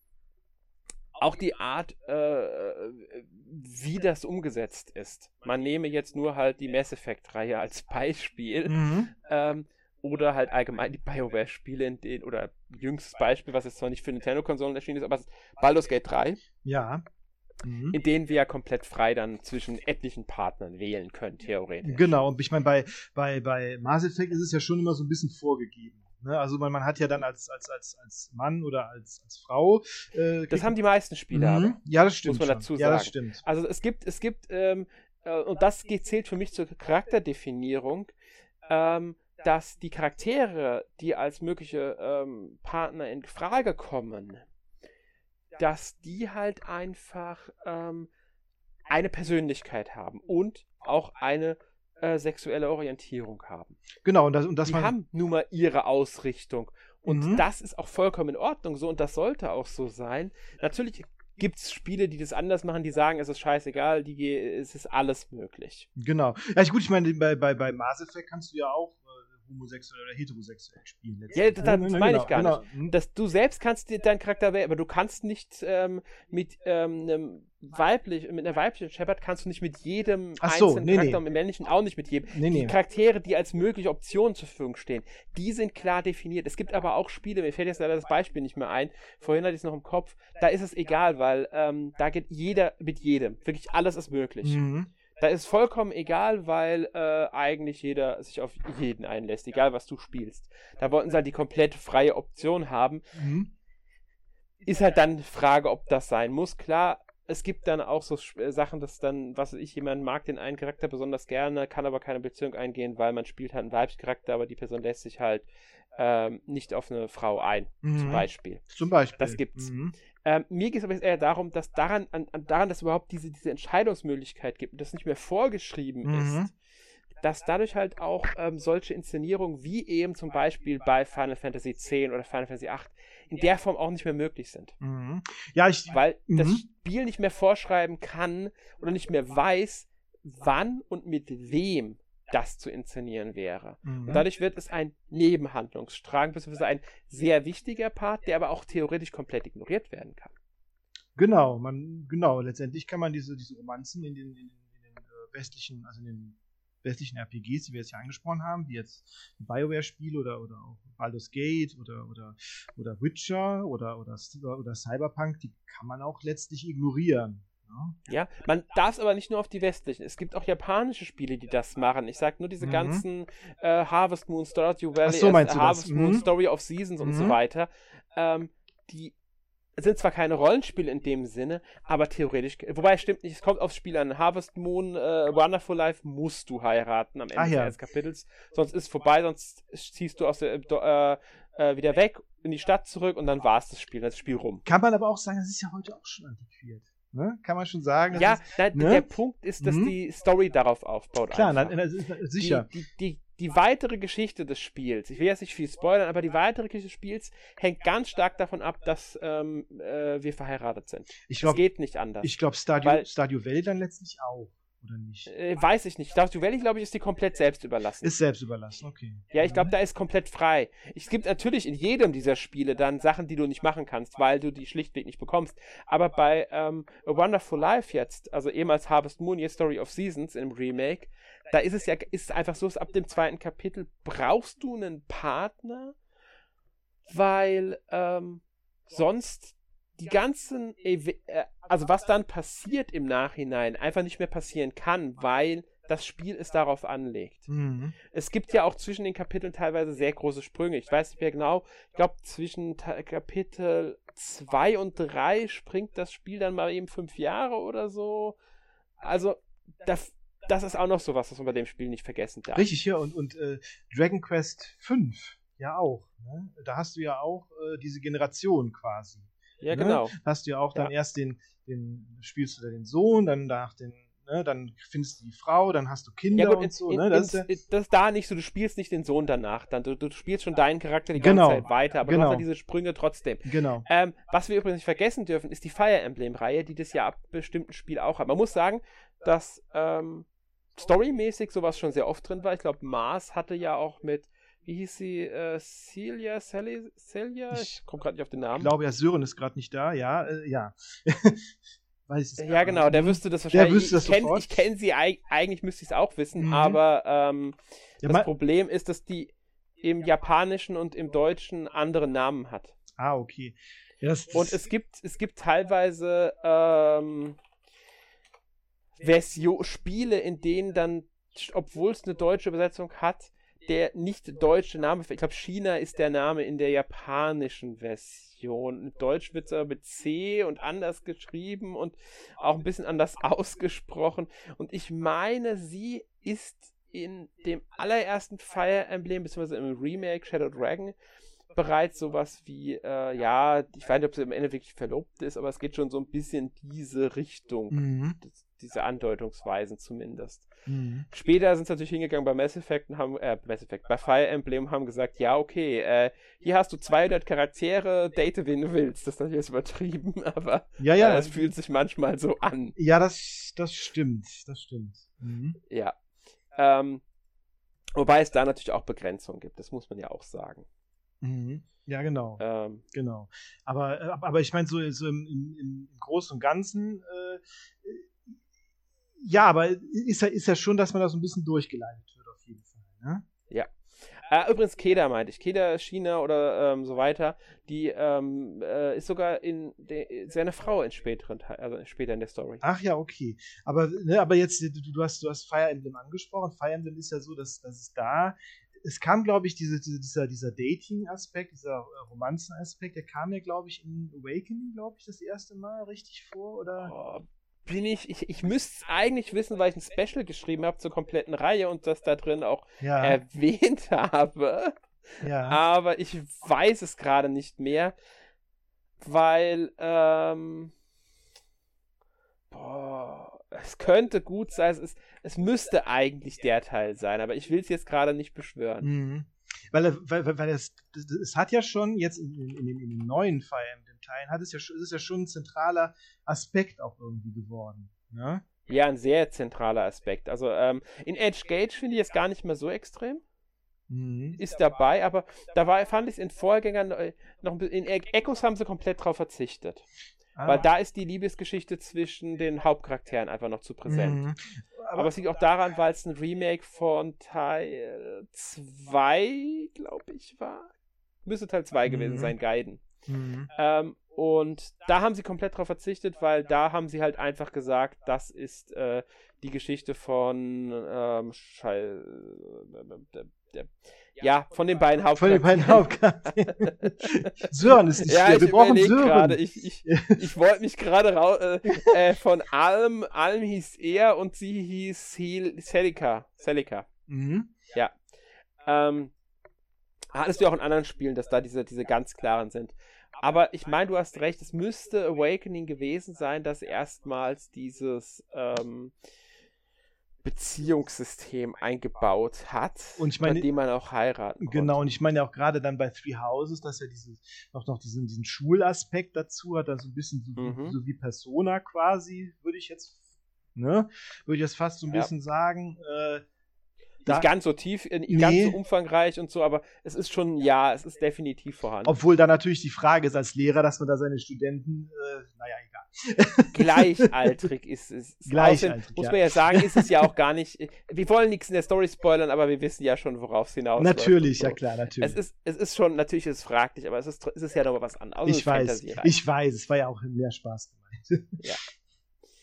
auch die Art, äh, wie das umgesetzt ist. Man nehme jetzt nur halt die Mass Effect-Reihe als Beispiel. Mhm. Ähm, oder halt allgemein die BioWare-Spiele, in denen, oder jüngstes Beispiel, was jetzt zwar nicht für Nintendo-Konsolen erschienen ist, aber es ist Baldur's Gate drei, Ja. Mhm. in denen wir ja komplett frei dann zwischen etlichen Partnern wählen können, theoretisch. Genau, und ich meine, bei, bei, bei Mass Effect ist es ja schon immer so ein bisschen vorgegeben. Ne? Also man, man hat ja dann als, als, als, als Mann oder als, als Frau. Äh, Das haben die meisten Spiele mhm. aber. Ja, das stimmt. Muss man schon. dazu sagen. Ja, das stimmt. Also es gibt, es gibt, ähm, äh, und das geht, zählt für mich zur Charakterdefinierung, ähm, dass die Charaktere, die als mögliche ähm, Partner in Frage kommen, dass die halt einfach ähm, eine Persönlichkeit haben und auch eine äh, sexuelle Orientierung haben. Genau, und das, und das die man, haben nun mal ihre Ausrichtung. Und Mhm. das ist auch vollkommen in Ordnung so und das sollte auch so sein. Natürlich gibt es Spiele, die das anders machen, die sagen, es ist scheißegal, die, ge- es ist alles möglich. Genau. Ja, gut, ich meine, bei, bei, bei Mass Effect kannst du ja auch äh, homosexuell oder heterosexuell spielen. Ja, das, das Ne, ne, meine genau, ich gar genau. nicht. Mhm. Dass du selbst kannst dir deinen Charakter wählen, aber du kannst nicht ähm, mit ähm, einem weiblich, mit einer weiblichen Shepard kannst du nicht mit jedem Ach so, einzelnen nee, Charakter nee. und mit männlichen auch nicht mit jedem. Nee, Die nee. Charaktere, die als mögliche Optionen zur Verfügung stehen, die sind klar definiert. Es gibt aber auch Spiele, mir fällt jetzt leider das Beispiel nicht mehr ein, vorhin hatte ich es noch im Kopf, da ist es egal, weil ähm, da geht jeder mit jedem. Wirklich alles ist möglich. Mhm. Da ist vollkommen egal, weil äh, eigentlich jeder sich auf jeden einlässt, egal was du spielst. Da wollten sie halt die komplett freie Option haben. Mhm. Ist halt dann die Frage, ob das sein muss. Klar, es gibt dann auch so äh, Sachen, dass dann, was weiß ich, jemand mag den einen Charakter besonders gerne, kann aber keine Beziehung eingehen, weil man spielt halt einen Weibscharakter, aber die Person lässt sich halt ähm, nicht auf eine Frau ein, Mhm. zum Beispiel. Zum Beispiel. Das gibt's. Mhm. Ähm, mir geht es aber jetzt eher darum, dass daran, an, an, daran, dass es überhaupt diese, diese Entscheidungsmöglichkeit gibt und das nicht mehr vorgeschrieben Mhm. ist, dass dadurch halt auch ähm, solche Inszenierungen wie eben zum Beispiel bei Final Fantasy X oder Final Fantasy acht in der Form auch nicht mehr möglich sind. Mhm. Ja, ich. Weil das Mhm. Spiel nicht mehr vorschreiben kann oder nicht mehr weiß, wann und mit wem das zu inszenieren wäre. Mhm. Und dadurch wird es ein Nebenhandlungsstrang, beziehungsweise ein sehr wichtiger Part, der aber auch theoretisch komplett ignoriert werden kann. Genau, man, genau, letztendlich kann man diese, diese Romanzen in den, in den, in den äh, westlichen, also in den westlichen R P Gs, die wir jetzt ja angesprochen haben, wie jetzt BioWare-Spiele oder, oder auch Baldur's Gate oder, oder, oder Witcher oder, oder, oder Cyberpunk, die kann man auch letztlich ignorieren. Ja? Ja, man darf es aber nicht nur auf die westlichen. Es gibt auch japanische Spiele, die das machen. Ich sag nur diese Mhm. ganzen äh, Harvest Moon, Stardew Valley, Ach so, meinst äh, du das? Harvest Moon, Mhm. Story of Seasons und so Mhm. weiter. Ähm, die sind zwar keine Rollenspiele in dem Sinne, aber theoretisch, wobei es stimmt nicht, es kommt aufs Spiel an. Harvest Moon, äh, Wonderful Life musst du heiraten am Ende Ah, des ja. ersten Kapitels, sonst ist vorbei, sonst ziehst du aus der, äh, äh, wieder weg in die Stadt zurück und dann war es das Spiel, das Spiel rum. Kann man aber auch sagen, das ist ja heute auch schon antiquiert. Ne? Kann man schon sagen. das Ja, ist, nein, ne? der Punkt ist, dass Mhm. die Story darauf aufbaut. Klar, einfach. nein, das ist, sicher. Die, die, die, die weitere Geschichte des Spiels, ich will jetzt nicht viel spoilern, aber die weitere Geschichte des Spiels hängt ganz stark davon ab, dass ähm, äh, wir verheiratet sind. Ich Es glaube, geht nicht anders. ich glaube Stardew, Weil- Stardew Valley dann letztlich auch, oder nicht? Äh, weiß ich nicht. Stardew Valley, glaube ich, ist die komplett selbst überlassen. Ist selbst überlassen, okay. Ja, ich glaube, da ist komplett frei. Es gibt natürlich in jedem dieser Spiele dann Sachen, die du nicht machen kannst, weil du die schlichtweg nicht bekommst. Aber bei ähm, A Wonderful Life jetzt, also ehemals Harvest Moon, jetzt Story of Seasons im Remake, da ist es ja ist es einfach so, dass ab dem zweiten Kapitel brauchst du einen Partner, weil ähm, sonst die ganzen, Ev- äh, also was dann passiert im Nachhinein, einfach nicht mehr passieren kann, weil das Spiel es darauf anlegt. Mhm. Es gibt ja auch zwischen den Kapiteln teilweise sehr große Sprünge. Ich weiß nicht mehr genau, ich glaube zwischen Ta- Kapitel zwei und drei springt das Spiel dann mal eben fünf Jahre oder so. Also da, das ist auch noch sowas, was man bei dem Spiel nicht vergessen darf. Richtig, ja, und, und äh, Dragon Quest fünf ja auch. Ne? Da hast du ja auch äh, diese Generation quasi. Ja, ne? Genau. Hast du ja auch dann Ja. erst den, den, spielst du den Sohn, dann nach den, ne, dann findest du die Frau, dann hast du Kinder Ja gut, und in, so. in, Ne? Das in, ist ja, das ist da nicht so, du spielst nicht den Sohn danach, dann du, du spielst schon deinen Charakter die Genau. ganze Zeit weiter, aber Genau. du hast ja diese Sprünge trotzdem. genau. Ähm, was wir übrigens nicht vergessen dürfen, ist die Fire Emblem-Reihe, die das ja ab bestimmten Spiel auch hat. Man muss sagen, dass ähm, storymäßig sowas schon sehr oft drin war. Ich glaube, Mars hatte ja auch mit, wie hieß sie, äh, Celia, Sally, Celia? Ich Ich komme gerade nicht auf den Ich Namen. glaube ja, Sören ist gerade nicht da, ja, äh, ja. Weiß es Ja, gar genau, nicht. der wüsste das wahrscheinlich. wüsste das ich kenne sofort. kenn sie, eig eigentlich müsste ich es auch wissen, Mhm. aber ähm, Ja, das mal- Problem ist, dass die im Japanischen und im Deutschen andere Namen hat. Ah, okay. Ja, das, Und es gibt, es gibt teilweise ähm, Version, Spiele, in denen dann, obwohl es eine deutsche Übersetzung hat, der nicht deutsche Name, ich glaube China ist der Name in der japanischen Version. In Deutsch wird es aber mit C und anders geschrieben und auch ein bisschen anders ausgesprochen. Und ich meine, sie ist in dem allerersten Fire Emblem, beziehungsweise im Remake Shadow Dragon, bereits sowas wie, äh, ja, ich weiß nicht, ob sie am Ende wirklich verlobt ist, aber es geht schon so ein bisschen diese Richtung, Mhm. das, diese Andeutungsweisen zumindest. Mhm. Später sind sie natürlich hingegangen bei Mass Effect und haben, äh, Mass Effect, bei Fire Emblem und haben gesagt, ja, okay, äh, hier hast du zweihundert Charaktere, date wen du willst. Das ist natürlich jetzt übertrieben, aber Ja, ja. äh, es fühlt sich manchmal so an. Ja, das, das stimmt. Das stimmt. Mhm. Ja. Ähm, wobei es da natürlich auch Begrenzungen gibt, das muss man ja auch sagen. Mhm. Ja, genau. Ähm, Genau. Aber, äh, aber ich meine, so, so im, im, im Großen und Ganzen, äh, ja, aber ist ja, ist ja schon, dass man da so ein bisschen durchgeleitet wird, auf jeden Fall. Ne? Ja. Äh, übrigens, Keda meinte ich. Keda, China oder ähm, so weiter, die ähm, äh, ist sogar in de, seine Frau in späteren Teil, also später in der Story. Ach ja, okay. Aber, ne, aber jetzt, du, du, hast, du hast Fire Emblem angesprochen. Fire Emblem ist ja so, dass, dass es da, es kam, glaube ich, diese, diese, dieser, dieser Dating-Aspekt, dieser äh, Romanzen-Aspekt, der kam ja, glaube ich, in Awakening, glaube ich, das erste Mal richtig vor, oder? Oh, bin ich, ich, ich müsste es eigentlich wissen, weil ich ein Special geschrieben habe zur kompletten Reihe und das da drin auch Ja, erwähnt habe. ja. Aber ich weiß es gerade nicht mehr, weil, ähm, boah, es könnte gut sein, es, ist, es müsste eigentlich der Teil sein, aber ich will es jetzt gerade nicht beschwören. Mhm. Weil, weil, weil es, es hat ja schon jetzt in, in, in, den, in den neuen Fire Emblem-Teilen, hat es ja, schon- es ist ja schon ein zentraler Aspekt auch irgendwie geworden. Ne? Ja, ein sehr zentraler Aspekt. Also ähm, in Edge Gage finde ich es gar nicht mehr so extrem. Mhm. Ist dabei, aber da war, fand ich es in Vorgängern äh, noch ein bisschen. In E- Echos haben sie komplett drauf verzichtet. Ah. Weil da ist die Liebesgeschichte zwischen den Hauptcharakteren einfach noch zu präsent. Mhm. Aber, es liegt auch daran, weil es ein Remake von Teil zwei, glaube ich, war. Müsste Teil zwei Mhm. gewesen sein, Gaiden. Mhm. Ähm, und da haben sie komplett drauf verzichtet, weil da haben sie halt einfach gesagt, das ist äh, die Geschichte von ähm, Schall, der, der, ja, von den beiden Von den beiden Hauptcharakteren. Hauptcharakteren. Sören ist nicht Ja, hier. ich Wir brauchen überlege Sören. gerade, ich, ich, ich wollte mich gerade rau äh, äh, von Alm, Alm hieß er und sie hieß Hel Celica. Celica. Mhm. Ja. Ähm, hattest du auch in anderen Spielen, dass da diese, diese ganz klaren sind. Aber ich meine, du hast recht, es müsste Awakening gewesen sein, dass erstmals dieses ähm, Beziehungssystem eingebaut hat, Und ich meine- bei dem man auch heiraten konnte. Genau, und ich meine ja auch gerade dann bei Three Houses, dass er dieses, noch, noch diesen, diesen Schulaspekt dazu hat, also ein bisschen so, Mhm. wie, so wie Persona quasi, würde ich jetzt, ne, würde ich jetzt fast so ein Ja. bisschen sagen. Äh, da, Nicht ganz so tief, äh, nicht Nee. ganz so umfangreich und so, aber es ist schon, ja, es ist definitiv vorhanden. obwohl da natürlich die Frage ist als Lehrer, dass man da seine Studenten, äh, naja, egal. Gleichaltrig ist es. Gleichaltrig, Außerdem muss ja. man ja sagen, ist es ja auch gar nicht. Wir wollen nichts in der Story spoilern, aber wir wissen ja schon, worauf es hinaus Natürlich, so. ja klar, natürlich. Es ist, es ist schon, natürlich ist es fraglich, aber es ist, es ist ja nochmal was anderes. Also ich weiß, ich weiß, es war ja auch mehr Spaß gemeint.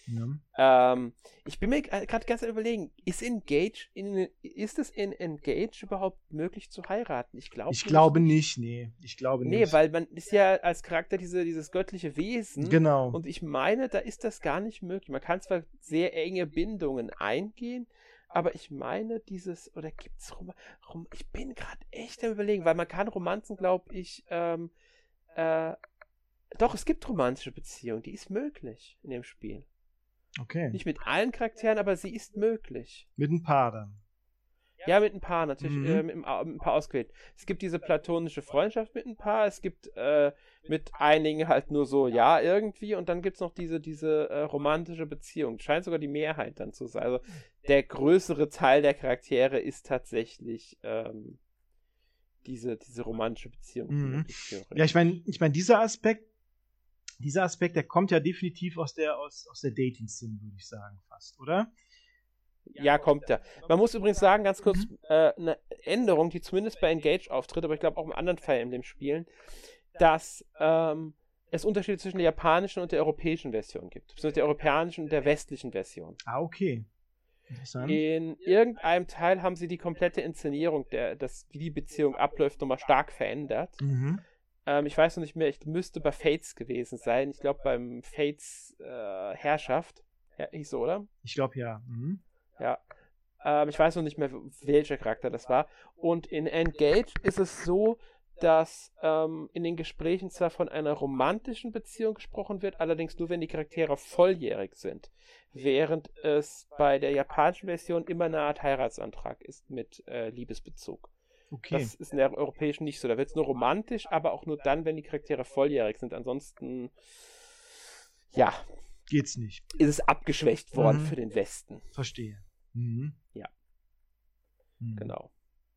Ja. Ähm, ich bin mir gerade ganz am überlegen, ist Engage, in, ist es in Engage überhaupt möglich zu heiraten? Ich, glaub ich glaube nicht. nicht, nee. Ich glaube nee, nicht. weil man ist ja als Charakter diese, dieses göttliche Wesen. Genau. Und ich meine, da ist das gar nicht möglich. Man kann zwar sehr enge Bindungen eingehen, aber ich meine, dieses, oder gibt es Rom, Rom, ich bin gerade echt am Überlegen, weil man kann Romanzen, glaube ich, ähm, äh, doch, es gibt romantische Beziehungen, die ist möglich in dem Spiel. Okay. Nicht mit allen Charakteren, aber sie ist möglich. Mit ein paar dann. Ja, mit ein paar natürlich, Mhm. äh, mit, ein, mit ein paar ausgewählt. Es gibt diese platonische Freundschaft mit ein paar, es gibt äh, mit einigen halt nur so, ja, irgendwie, und dann gibt es noch diese, diese äh, romantische Beziehung. Scheint sogar die Mehrheit dann zu sein. Also der größere Teil der Charaktere ist tatsächlich ähm, diese, diese romantische Beziehung. Mhm. Ja, ich meine, ich mein, dieser Aspekt, dieser Aspekt, der kommt ja definitiv aus der, aus, aus der Dating-Sim, würde ich sagen, fast, oder? Ja, kommt ja. Man muss übrigens sagen, ganz kurz, Mhm. äh, eine Änderung, die zumindest bei Engage auftritt, aber ich glaube auch in anderen Fire Emblem Spielen, dass ähm, es Unterschiede zwischen der japanischen und der europäischen Version gibt. Beziehungsweise der europäischen und der westlichen Version. Ah, okay. Interessant. In irgendeinem Teil haben sie die komplette Inszenierung, der, das, wie die Beziehung abläuft, nochmal stark verändert. Mhm. Ähm, ich weiß noch nicht mehr, ich müsste bei Fates gewesen sein. Ich glaube beim Fates äh, Herrschaft. Ja, hieß so, oder? Ich glaube ja. Mhm. Ja. Ähm, ich weiß noch nicht mehr, welcher Charakter das war. Und in Engage ist es so, dass ähm, in den Gesprächen zwar von einer romantischen Beziehung gesprochen wird, allerdings nur, wenn die Charaktere volljährig sind. Während es bei der japanischen Version immer eine Art Heiratsantrag ist mit äh, Liebesbezug. Okay. Das ist in der europäischen nicht so. Da wird es nur romantisch, aber auch nur dann, wenn die Charaktere volljährig sind. Ansonsten, ja, geht's nicht. ist es abgeschwächt worden Mhm. für den Westen. Verstehe. Mhm. Ja. Mhm. Genau.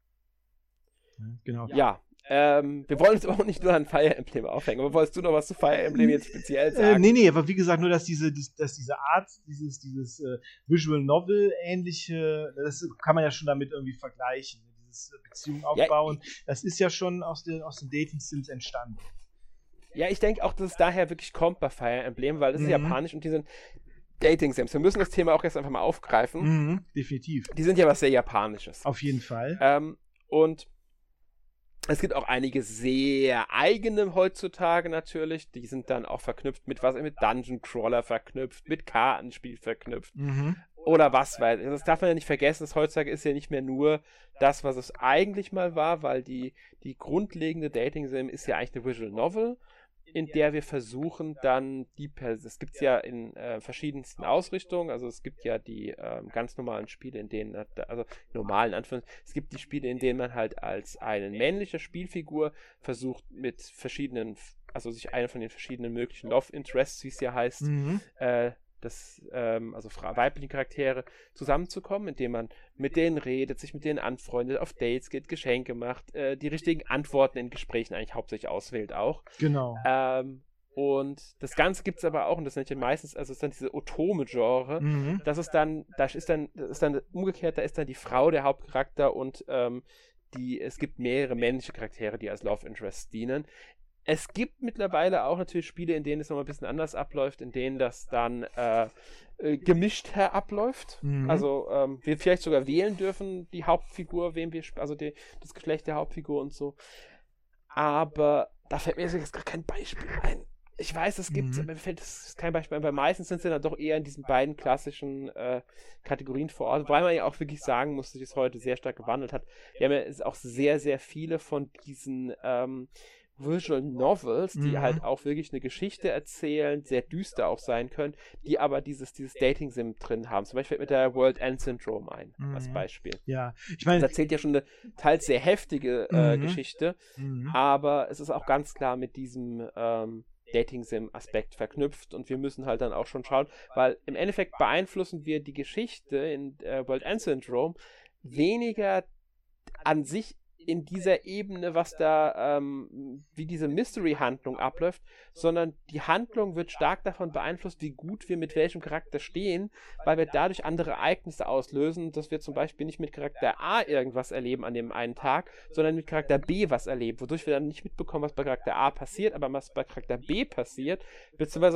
Ja, genau. Ja, ähm, wir wollen uns aber auch nicht nur an Fire Emblem aufhängen. Aber wolltest du noch was zu Fire Emblem jetzt speziell Äh, sagen? nee, nee, aber wie gesagt, nur dass diese, dies- dass diese Art, dieses, dieses äh, Visual Novel ähnliche, das kann man ja schon damit irgendwie vergleichen. Dieses äh, Beziehung aufbauen, das ist ja schon aus, den aus den Dating Sims entstanden. Ja, ich denke auch, dass es daher wirklich kommt bei Fire Emblem, weil es Mhm. ist japanisch und die sind Dating Sims. Wir müssen das Thema auch jetzt einfach mal aufgreifen. Mhm, definitiv. Die sind ja was sehr Japanisches. Auf jeden Fall. Ähm, und es gibt auch einige sehr eigene heutzutage natürlich. Die sind dann auch verknüpft mit was, mit Dungeon Crawler verknüpft, mit Kartenspiel verknüpft. Mhm. Oder was weiß ich. Das darf man ja nicht vergessen, dass heutzutage ist ja nicht mehr nur das, was es eigentlich mal war, weil die, die grundlegende Dating-Sim ist ja eigentlich eine Visual Novel, in der wir versuchen dann die, Pers es gibt ja in äh, verschiedensten Ausrichtungen, also es gibt ja die ähm, ganz normalen Spiele, in denen, also normalen Anführungszeichen, es gibt die Spiele, in denen man halt als eine männliche Spielfigur versucht mit verschiedenen, also sich eine von den verschiedenen möglichen Love Interests, wie es ja heißt, Mhm. äh, das, ähm, also weiblichen Charaktere zusammenzukommen, indem man mit denen redet, sich mit denen anfreundet, auf Dates geht, Geschenke macht, äh, die richtigen Antworten in Gesprächen eigentlich hauptsächlich auswählt auch. Genau. Ähm, und das Ganze gibt es aber auch, und das nennt ihr meistens, also ist dann diese Otome-Genre, Mhm. das ist dann, das ist dann, das ist dann umgekehrt, da ist dann die Frau der Hauptcharakter und ähm, die, es gibt mehrere männliche Charaktere, die als Love Interests dienen. Es gibt mittlerweile auch natürlich Spiele, in denen es nochmal ein bisschen anders abläuft, in denen das dann äh, äh, gemischt abläuft. Mhm. Also ähm, wir vielleicht sogar wählen dürfen, die Hauptfigur, wem wir, also die, das Geschlecht der Hauptfigur und so. Aber da fällt mir jetzt gar kein Beispiel ein. Ich weiß, es gibt, Mhm. mir fällt das kein Beispiel ein, weil meistens sind sie dann doch eher in diesen beiden klassischen äh, Kategorien vor Ort, wobei man ja auch wirklich sagen muss, dass sich das heute sehr stark gewandelt hat. Wir haben ja jetzt auch sehr, sehr viele von diesen ähm, Visual Novels, die Mhm. halt auch wirklich eine Geschichte erzählen, sehr düster auch sein können, die aber dieses, dieses Dating-Sim drin haben. Zum Beispiel fällt mir der World End Syndrome ein, als Mhm. Beispiel. Ja, ich Das meine, erzählt ja schon eine teils sehr heftige äh, Mhm. Geschichte, mhm. aber es ist auch ganz klar mit diesem ähm, Dating-Sim-Aspekt verknüpft und wir müssen halt dann auch schon schauen, weil im Endeffekt beeinflussen wir die Geschichte in äh, World End Syndrome weniger an sich in dieser Ebene, was da, ähm, wie diese Mystery-Handlung abläuft, sondern die Handlung wird stark davon beeinflusst, wie gut wir mit welchem Charakter stehen, weil wir dadurch andere Ereignisse auslösen, dass wir zum Beispiel nicht mit Charakter A irgendwas erleben an dem einen Tag, sondern mit Charakter B was erleben, wodurch wir dann nicht mitbekommen, was bei Charakter A passiert, aber was bei Charakter B passiert, beziehungsweise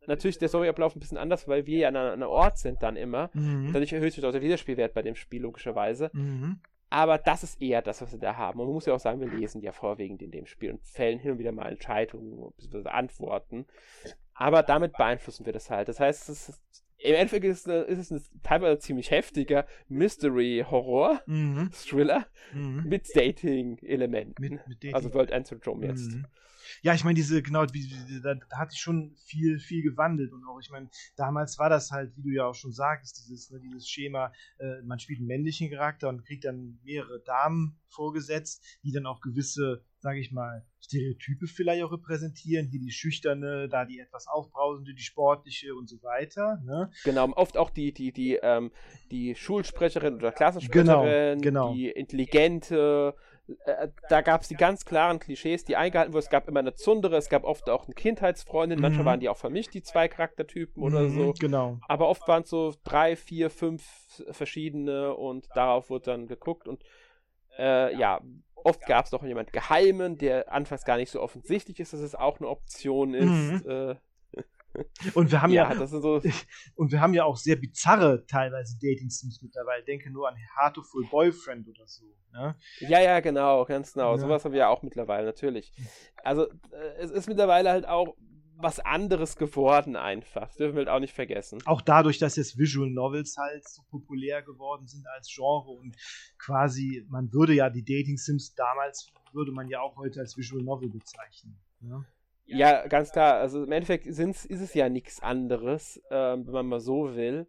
natürlich der Storyablauf ein bisschen anders, weil wir ja an einem Ort sind dann immer. Mhm. Dadurch erhöht sich auch der Wiederspielwert bei dem Spiel, logischerweise. Mhm. Aber das ist eher das, was wir da haben. Und man muss ja auch sagen, wir lesen ja vorwiegend in dem Spiel und fällen hin und wieder mal Entscheidungen bzw. Antworten. Aber damit beeinflussen wir das halt. Das heißt, es ist, im Endeffekt ist, ist es ein teilweise ziemlich heftiger Mystery-Horror, Mhm. Thriller, Mhm. mit Dating-Elementen. Mit, mit Dating. Also World Ends Syndrome jetzt. Mhm. Ja, ich meine, diese, genau, wie, wie, da, da hat sich schon viel, viel gewandelt und auch, ich meine, damals war das halt, wie du ja auch schon sagst, dieses, ne, dieses Schema, äh, man spielt einen männlichen Charakter und kriegt dann mehrere Damen vorgesetzt, die dann auch gewisse, sage ich mal, Stereotype vielleicht auch repräsentieren, hier die schüchterne, da die etwas aufbrausende, die sportliche und so weiter, ne? Genau, oft auch die, die, die, ähm, die Schulsprecherin oder Klassensprecherin, Genau, genau. die intelligente, äh, da gab es die ganz klaren Klischees, die eingehalten wurden. Es gab immer eine Zundere, es gab oft auch eine Kindheitsfreundin, manchmal Mhm. waren die auch vermischt, die zwei Charaktertypen oder Mhm, so. Genau. Aber oft waren es so drei, vier, fünf verschiedene und darauf wurde dann geguckt und äh, ja, oft gab es noch jemand Geheimen, der anfangs gar nicht so offensichtlich ist, dass es auch eine Option ist. Mhm. Äh, Und wir haben ja, ja, das sind so. und wir haben ja auch sehr bizarre teilweise Dating-Sims mittlerweile. Denke nur an Heartful Boyfriend oder so. Ne? Ja, ja, genau, ganz genau. Ja. Sowas haben wir ja auch mittlerweile, natürlich. Also, äh, es ist mittlerweile halt auch was anderes geworden einfach. Das dürfen wir halt auch nicht vergessen. Auch dadurch, dass jetzt Visual Novels halt so populär geworden sind als Genre und quasi, man würde ja die Dating-Sims damals, würde man ja auch heute als Visual Novel bezeichnen. Ne? Ja, ganz klar. Also im Endeffekt sind's, ist es ja nichts anderes, ähm, wenn man mal so will.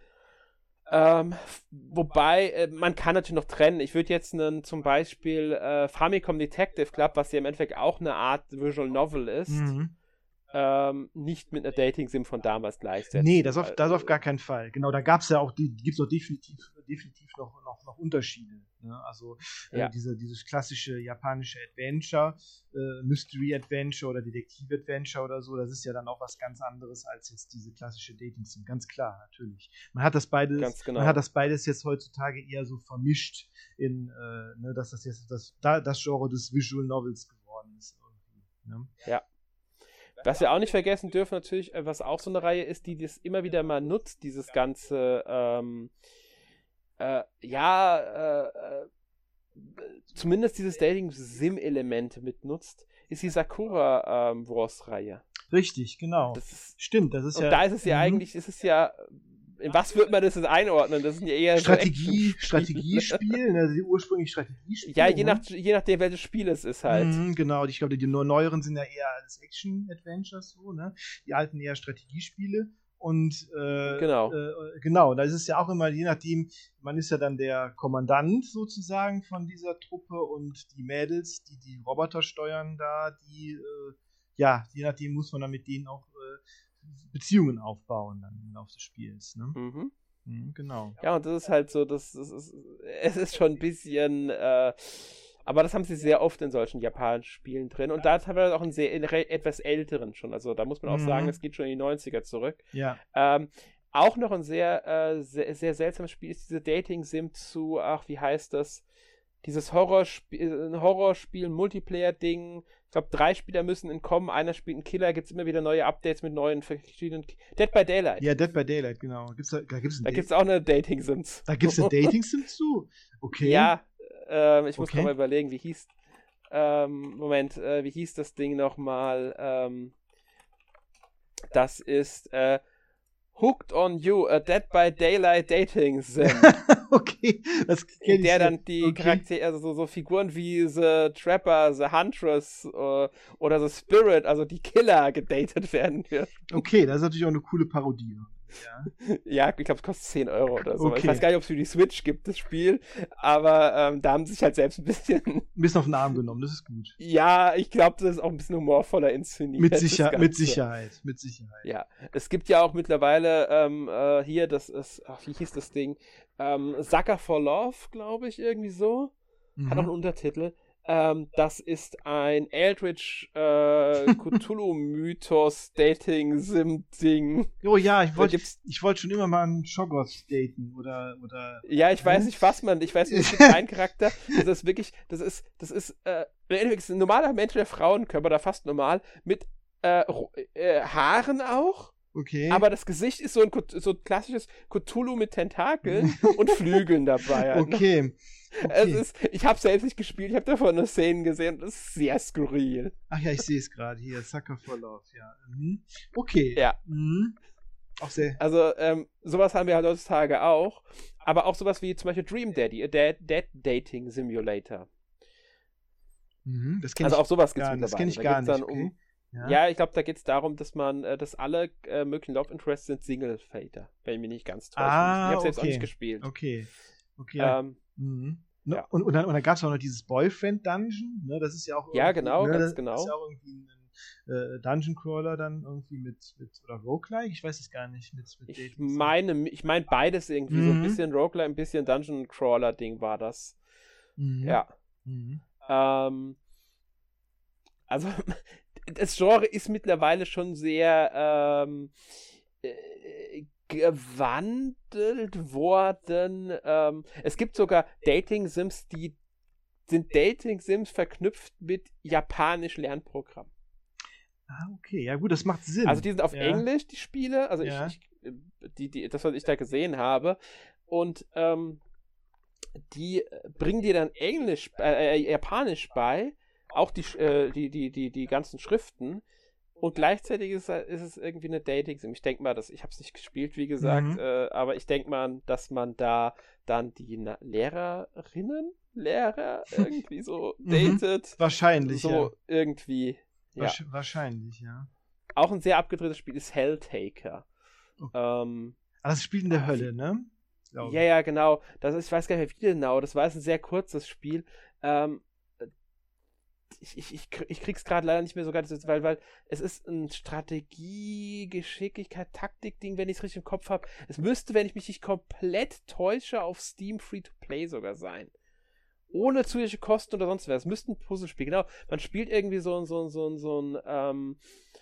Ähm, wobei, äh, man kann natürlich noch trennen. Ich würde jetzt einen, zum Beispiel äh, Famicom Detective Club, was ja im Endeffekt auch eine Art Visual Novel ist, Mhm. ähm, nicht mit einer Dating-Sim von damals gleichsetzen. Nee, das auf, das Weil, auf gar keinen Fall. Genau, da gab es ja auch, die gibt es auch definitiv, definitiv noch, noch, noch Unterschiede. Ne? Also äh, Ja. diese, dieses klassische japanische Adventure, äh, Mystery Adventure oder Detektiv Adventure oder so, das ist ja dann auch was ganz anderes als jetzt diese klassische Dating-Sim. Ganz klar, natürlich. Man hat das beides, Ganz genau. man hat das beides jetzt heutzutage eher so vermischt in, äh, ne, dass das jetzt das, da, das Genre des Visual Novels geworden ist. Irgendwie, ne? Ja. Was wir auch nicht vergessen dürfen, natürlich, äh, was auch so eine Reihe ist, die das immer wieder mal nutzt, dieses ganze, ähm, äh, ja, äh, äh, zumindest dieses Dating-Sim-Elemente mitnutzt, ist die Sakura ähm, Wars-Reihe. Richtig, genau. Das ist, Stimmt, das ist und ja. da ist es ja mhm. eigentlich, ist es ja, in was wird man das jetzt einordnen? Das sind ja eher Strategie, so Strategiespiel, ne, die ursprünglich Strategiespiele. Ja, je, ne? nach, je nachdem, welches Spiel es ist halt. Mhm, genau, ich glaube, die neueren sind ja eher als Action-Adventures so, ne? Die alten eher Strategiespiele. Und äh, Genau. äh, genau, da ist es ja auch immer, je nachdem, man ist ja dann der Kommandant sozusagen von dieser Truppe und die Mädels, die die Roboter steuern da, die, äh, ja, je nachdem muss man dann mit denen auch äh, Beziehungen aufbauen dann im Laufe des Spiels. Ne? Mhm. Mhm, genau. Ja, und das ist halt so, das, das ist, es ist schon ein bisschen, äh, aber das haben sie sehr oft in solchen japanischen Spielen drin. Und da haben wir auch einen sehr in, etwas älteren schon. Also da muss man auch Mhm. sagen, es geht schon in die neunziger zurück. Ja. Ähm, auch noch ein sehr, äh, sehr, sehr seltsames Spiel ist diese Dating-Sim zu, ach, wie heißt das? Dieses Horrorspiel, ein Horrorspiel, ein Multiplayer-Ding. Ich glaube, drei Spieler müssen entkommen. Einer spielt einen Killer. Gibt es immer wieder neue Updates mit neuen verschiedenen. Dead by Daylight. Ja, Dead by Daylight, genau. Gibt's da da gibt es Da gibt es auch eine Dating-Sims. Da gibt's eine Dating-Sim zu? Okay. Ja, ähm, ich muss Okay. gerade mal überlegen, wie hieß. Ähm, Moment, äh, wie hieß das Ding nochmal? Ähm, das ist äh, Hooked on You, a Dead by Daylight Dating Sim. Okay, das kenn In ich der ja. dann die Okay. Charaktere, also so, so Figuren wie The Trapper, The Huntress äh, oder The Spirit, also die Killer, gedatet werden können. Okay, das ist natürlich auch eine coole Parodie. Ja. Ja, ich glaube, es kostet zehn Euro oder so. Okay. Ich weiß gar nicht, ob es für die Switch gibt, das Spiel, aber ähm, da haben sie sich halt selbst ein bisschen, Ein bisschen auf den Arm genommen, das ist gut. ja, ich glaube, das ist auch ein bisschen humorvoller inszeniert. Mit, das Sicher Ganze. mit Sicherheit, mit Sicherheit. Ja, es gibt ja auch mittlerweile ähm, äh, hier, das ist, ach, wie hieß das Ding? Ähm, Sucker for Love, glaube ich, irgendwie so. Hat auch einen Mhm. Untertitel. Ähm, das ist ein Eldritch äh, Cthulhu-Mythos Dating-Sim-Ding. Oh ja, ich Da wollte gibt's- ich wollte schon immer mal einen Shoggoth daten oder oder Ja, ich weiß nicht, was man, ich weiß nicht, es gibt einen Charakter, das ist wirklich, das ist, das ist, äh, im Endeffekt ist ein normaler menschlicher Frauenkörper, da fast normal, mit äh, ro- äh, Haaren auch, Okay. Aber das Gesicht ist so ein, so ein klassisches Cthulhu mit Tentakeln und Flügeln dabei. Halt, ne? Okay. okay. Es ist, ich habe selbst nicht gespielt, ich habe davon nur Szenen gesehen und es ist sehr skurril. Ach ja, ich sehe es gerade hier. Sucker for Love, ja. Mhm. Okay. Ja. Mhm. Auch sehr. Also, ähm, sowas haben wir halt heutzutage auch. Aber auch sowas wie zum Beispiel Dream Daddy, a Dead, Dead Dating Simulator. Mhm. Das kenn also ich auch sowas gibt es gar, mittlerweile. Das kenne ich da gar geht's nicht. dann Okay. um, ja. ja, ich glaube, da geht es darum, dass man, äh, dass alle äh, möglichen Love Interests sind Single-Fater, wenn ich mich nicht ganz täusche. Ah, ich habe selbst okay. auch nicht gespielt. Okay. Okay. Ähm, mhm. Ne? ja. Und, und dann, und dann gab es auch noch dieses Boyfriend-Dungeon, ne? Das ist ja auch Ja, genau, ne? ganz das genau. ist ja auch irgendwie ein äh, Dungeon-Crawler dann irgendwie mit, mit oder Roguelike, ich weiß es gar nicht. Mit, mit ich meine, ich meine beides irgendwie, mhm. so ein bisschen Roguelike, ein bisschen Dungeon-Crawler-Ding war das. Mhm. Ja. Mhm. Ähm, also, das Genre ist mittlerweile schon sehr ähm, äh, gewandelt worden. Ähm, es gibt sogar Dating-Sims, die sind Dating-Sims verknüpft mit japanischen Lernprogrammen. Ah, okay. Ja gut, das macht Sinn. Also die sind auf ja. Englisch, die Spiele. Also ja. ich, ich die, die, das, was ich da gesehen habe. Und ähm, die bringen dir dann Englisch, äh, Japanisch bei, auch die, äh, die, die, die, die ganzen Schriften. Und gleichzeitig ist, ist es irgendwie eine Dating-Sim. Ich denke mal, dass, ich habe es nicht gespielt, wie gesagt, mhm. äh, aber ich denke mal, dass man da dann die Na- Lehrerinnen, Lehrer irgendwie so datet. Wahrscheinlich, so ja. irgendwie. Ja. Wasch- wahrscheinlich, ja. Auch ein sehr abgedrehtes Spiel ist Helltaker. Okay. Ähm, Aber das spielt in der Hölle, ne? Glaube. Ja, ja, genau. Das ist, ich weiß gar nicht mehr, wie genau. Das war jetzt ein sehr kurzes Spiel. Ähm, ich, ich, ich, ich krieg's gerade leider nicht mehr so ganz, weil, weil es ist ein Strategie, Geschicklichkeit, Taktik-Ding, wenn ich es richtig im Kopf habe. Es müsste, wenn ich mich nicht komplett täusche, auf Steam Free-to-Play sogar sein. Ohne zusätzliche Kosten oder sonst was. Es müsste ein Puzzlespiel, genau. Man spielt irgendwie so ein, so ein, so ein, so ein, ähm,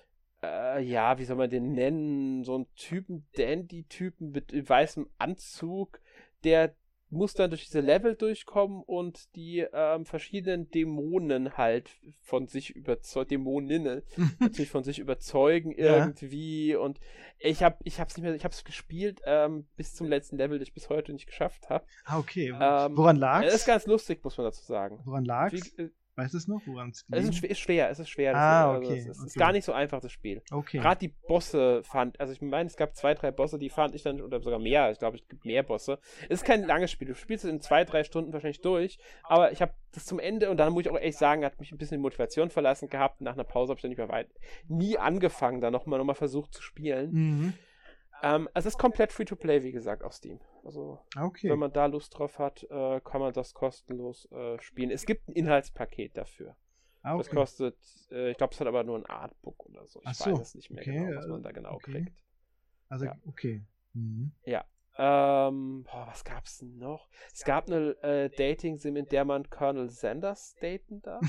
äh, ja, wie soll man den nennen? So ein Typen, Dandy-Typen mit weißem Anzug, der muss dann durch diese Level durchkommen und die ähm, verschiedenen Dämonen halt von sich überzeugen, Dämoninnen natürlich von sich überzeugen irgendwie. Ja. Und ich habe ich hab's nicht mehr, ich hab's gespielt ähm, bis zum letzten Level, das ich bis heute nicht geschafft habe. Ah, okay. Ähm, Woran lag's? Das ist ganz lustig, muss man dazu sagen. Woran lag's? Wie, äh, Weißt du es noch, woran es Es ist, ist schwer, es ist schwer. Ah, ist, also okay. es ist, okay. ist gar nicht so einfach, das Spiel. Okay. Gerade die Bosse fand, also ich meine, es gab zwei, drei Bosse, die fand ich dann, oder sogar mehr, ich glaube, es gibt mehr Bosse. Es ist kein langes Spiel, du spielst es in zwei, drei Stunden wahrscheinlich durch, aber ich habe das zum Ende, und dann muss ich auch echt sagen, hat mich ein bisschen die Motivation verlassen gehabt, nach einer Pause habe ich dann nicht mehr weit, nie angefangen, da nochmal noch mal versucht zu spielen. Mhm. Ähm, es ist komplett Free-to-Play, wie gesagt, auf Steam. Also, okay. wenn man da Lust drauf hat, äh, kann man das kostenlos äh, spielen. Es gibt ein Inhaltspaket dafür. Okay. Das kostet, äh, ich glaube, es hat aber nur ein Artbook oder so. Ich Ach so, weiß es nicht mehr okay, genau, was man da genau okay. kriegt. Also, ja. okay. Mhm. Ja. Ähm, boah, was gab's denn noch? Es gab eine äh, Dating-Sim, in der man Colonel Sanders daten darf.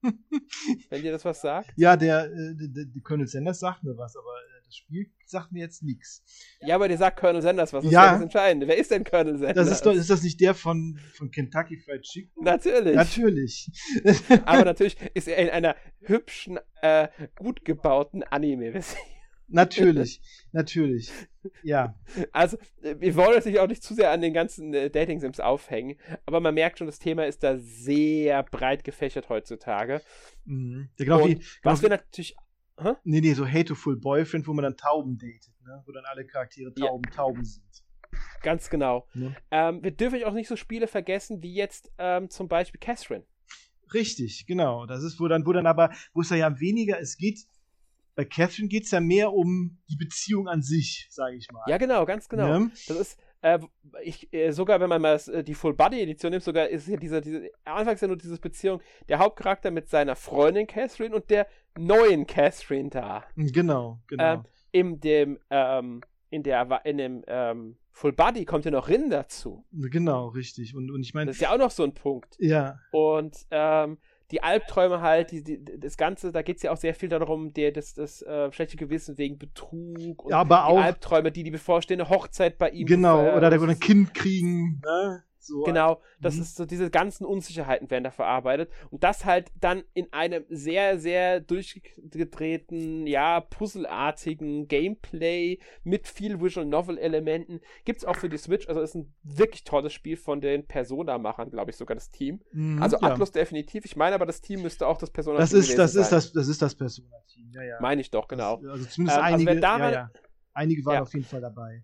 Wenn dir das was sagt? Ja, der, äh, der, der Colonel Sanders sagt mir was, aber äh, das Spiel sagt mir jetzt nichts. Ja, aber dir sagt Colonel Sanders was. Das ja. ist das Entscheidende. Wer ist denn Colonel Sanders? Das ist, doch, ist das nicht der von, von Kentucky Fried Chicken? Natürlich. Natürlich. Aber natürlich ist er in einer hübschen, äh, gut gebauten Anime-Version. Natürlich, natürlich, ja. Also, wir wollen natürlich auch nicht zu sehr an den ganzen äh, Dating-Sims aufhängen, aber man merkt schon, das Thema ist da sehr breit gefächert heutzutage. Mhm. Ja, genau, Und wie, genau was wie, wir natürlich... Hä? Nee, nee, so Hateful Boyfriend, wo man dann Tauben datet, ne? Wo dann alle Charaktere Tauben, ja. Tauben sind. Ganz genau. Ja. Ähm, wir dürfen auch nicht so Spiele vergessen, wie jetzt ähm, zum Beispiel Catherine. Richtig, genau. Das ist, wo dann, wo dann aber, wo es ja weniger, es geht... Bei Catherine geht es ja mehr um die Beziehung an sich, sage ich mal. Ja, genau, ganz genau. Ja. Das ist, äh, ich, äh, sogar wenn man mal das, äh, die Full-Body-Edition nimmt, sogar ist ja diese, diese, anfangs ja nur diese Beziehung, der Hauptcharakter mit seiner Freundin Catherine und der neuen Catherine da. Genau, genau. Ähm, in dem, ähm, in der, in dem, ähm, Full-Body kommt ja noch Rin dazu. Genau, richtig. Und, und ich meine... Das ist ja auch noch so ein Punkt. Ja. Und, ähm, die Albträume halt, die, die, das Ganze, da geht es ja auch sehr viel darum, der, das, das äh, schlechte Gewissen wegen Betrug und ja, aber die auch, Albträume, die die bevorstehende Hochzeit bei ihm. Genau, äh, oder der ein Kind kriegen, ne? So, genau, das mhm. ist so, diese ganzen Unsicherheiten werden da verarbeitet und das halt dann in einem sehr, sehr durchgedrehten, ja, puzzelartigen Gameplay mit viel Visual Novel Elementen. Gibt's auch für die Switch, also ist ein wirklich tolles Spiel von den Persona-Machern, glaube ich, sogar das Team. Mhm, also ja. Atlus definitiv, ich meine aber das Team müsste auch das Persona-Team Das ist, gewesen das ist sein. das, das ist das Persona-Team, ja, ja. Meine ich doch, genau. Das, also zumindest Ähm, also einige, wer daran- ja, ja. Einige waren Ja. auf jeden Fall dabei.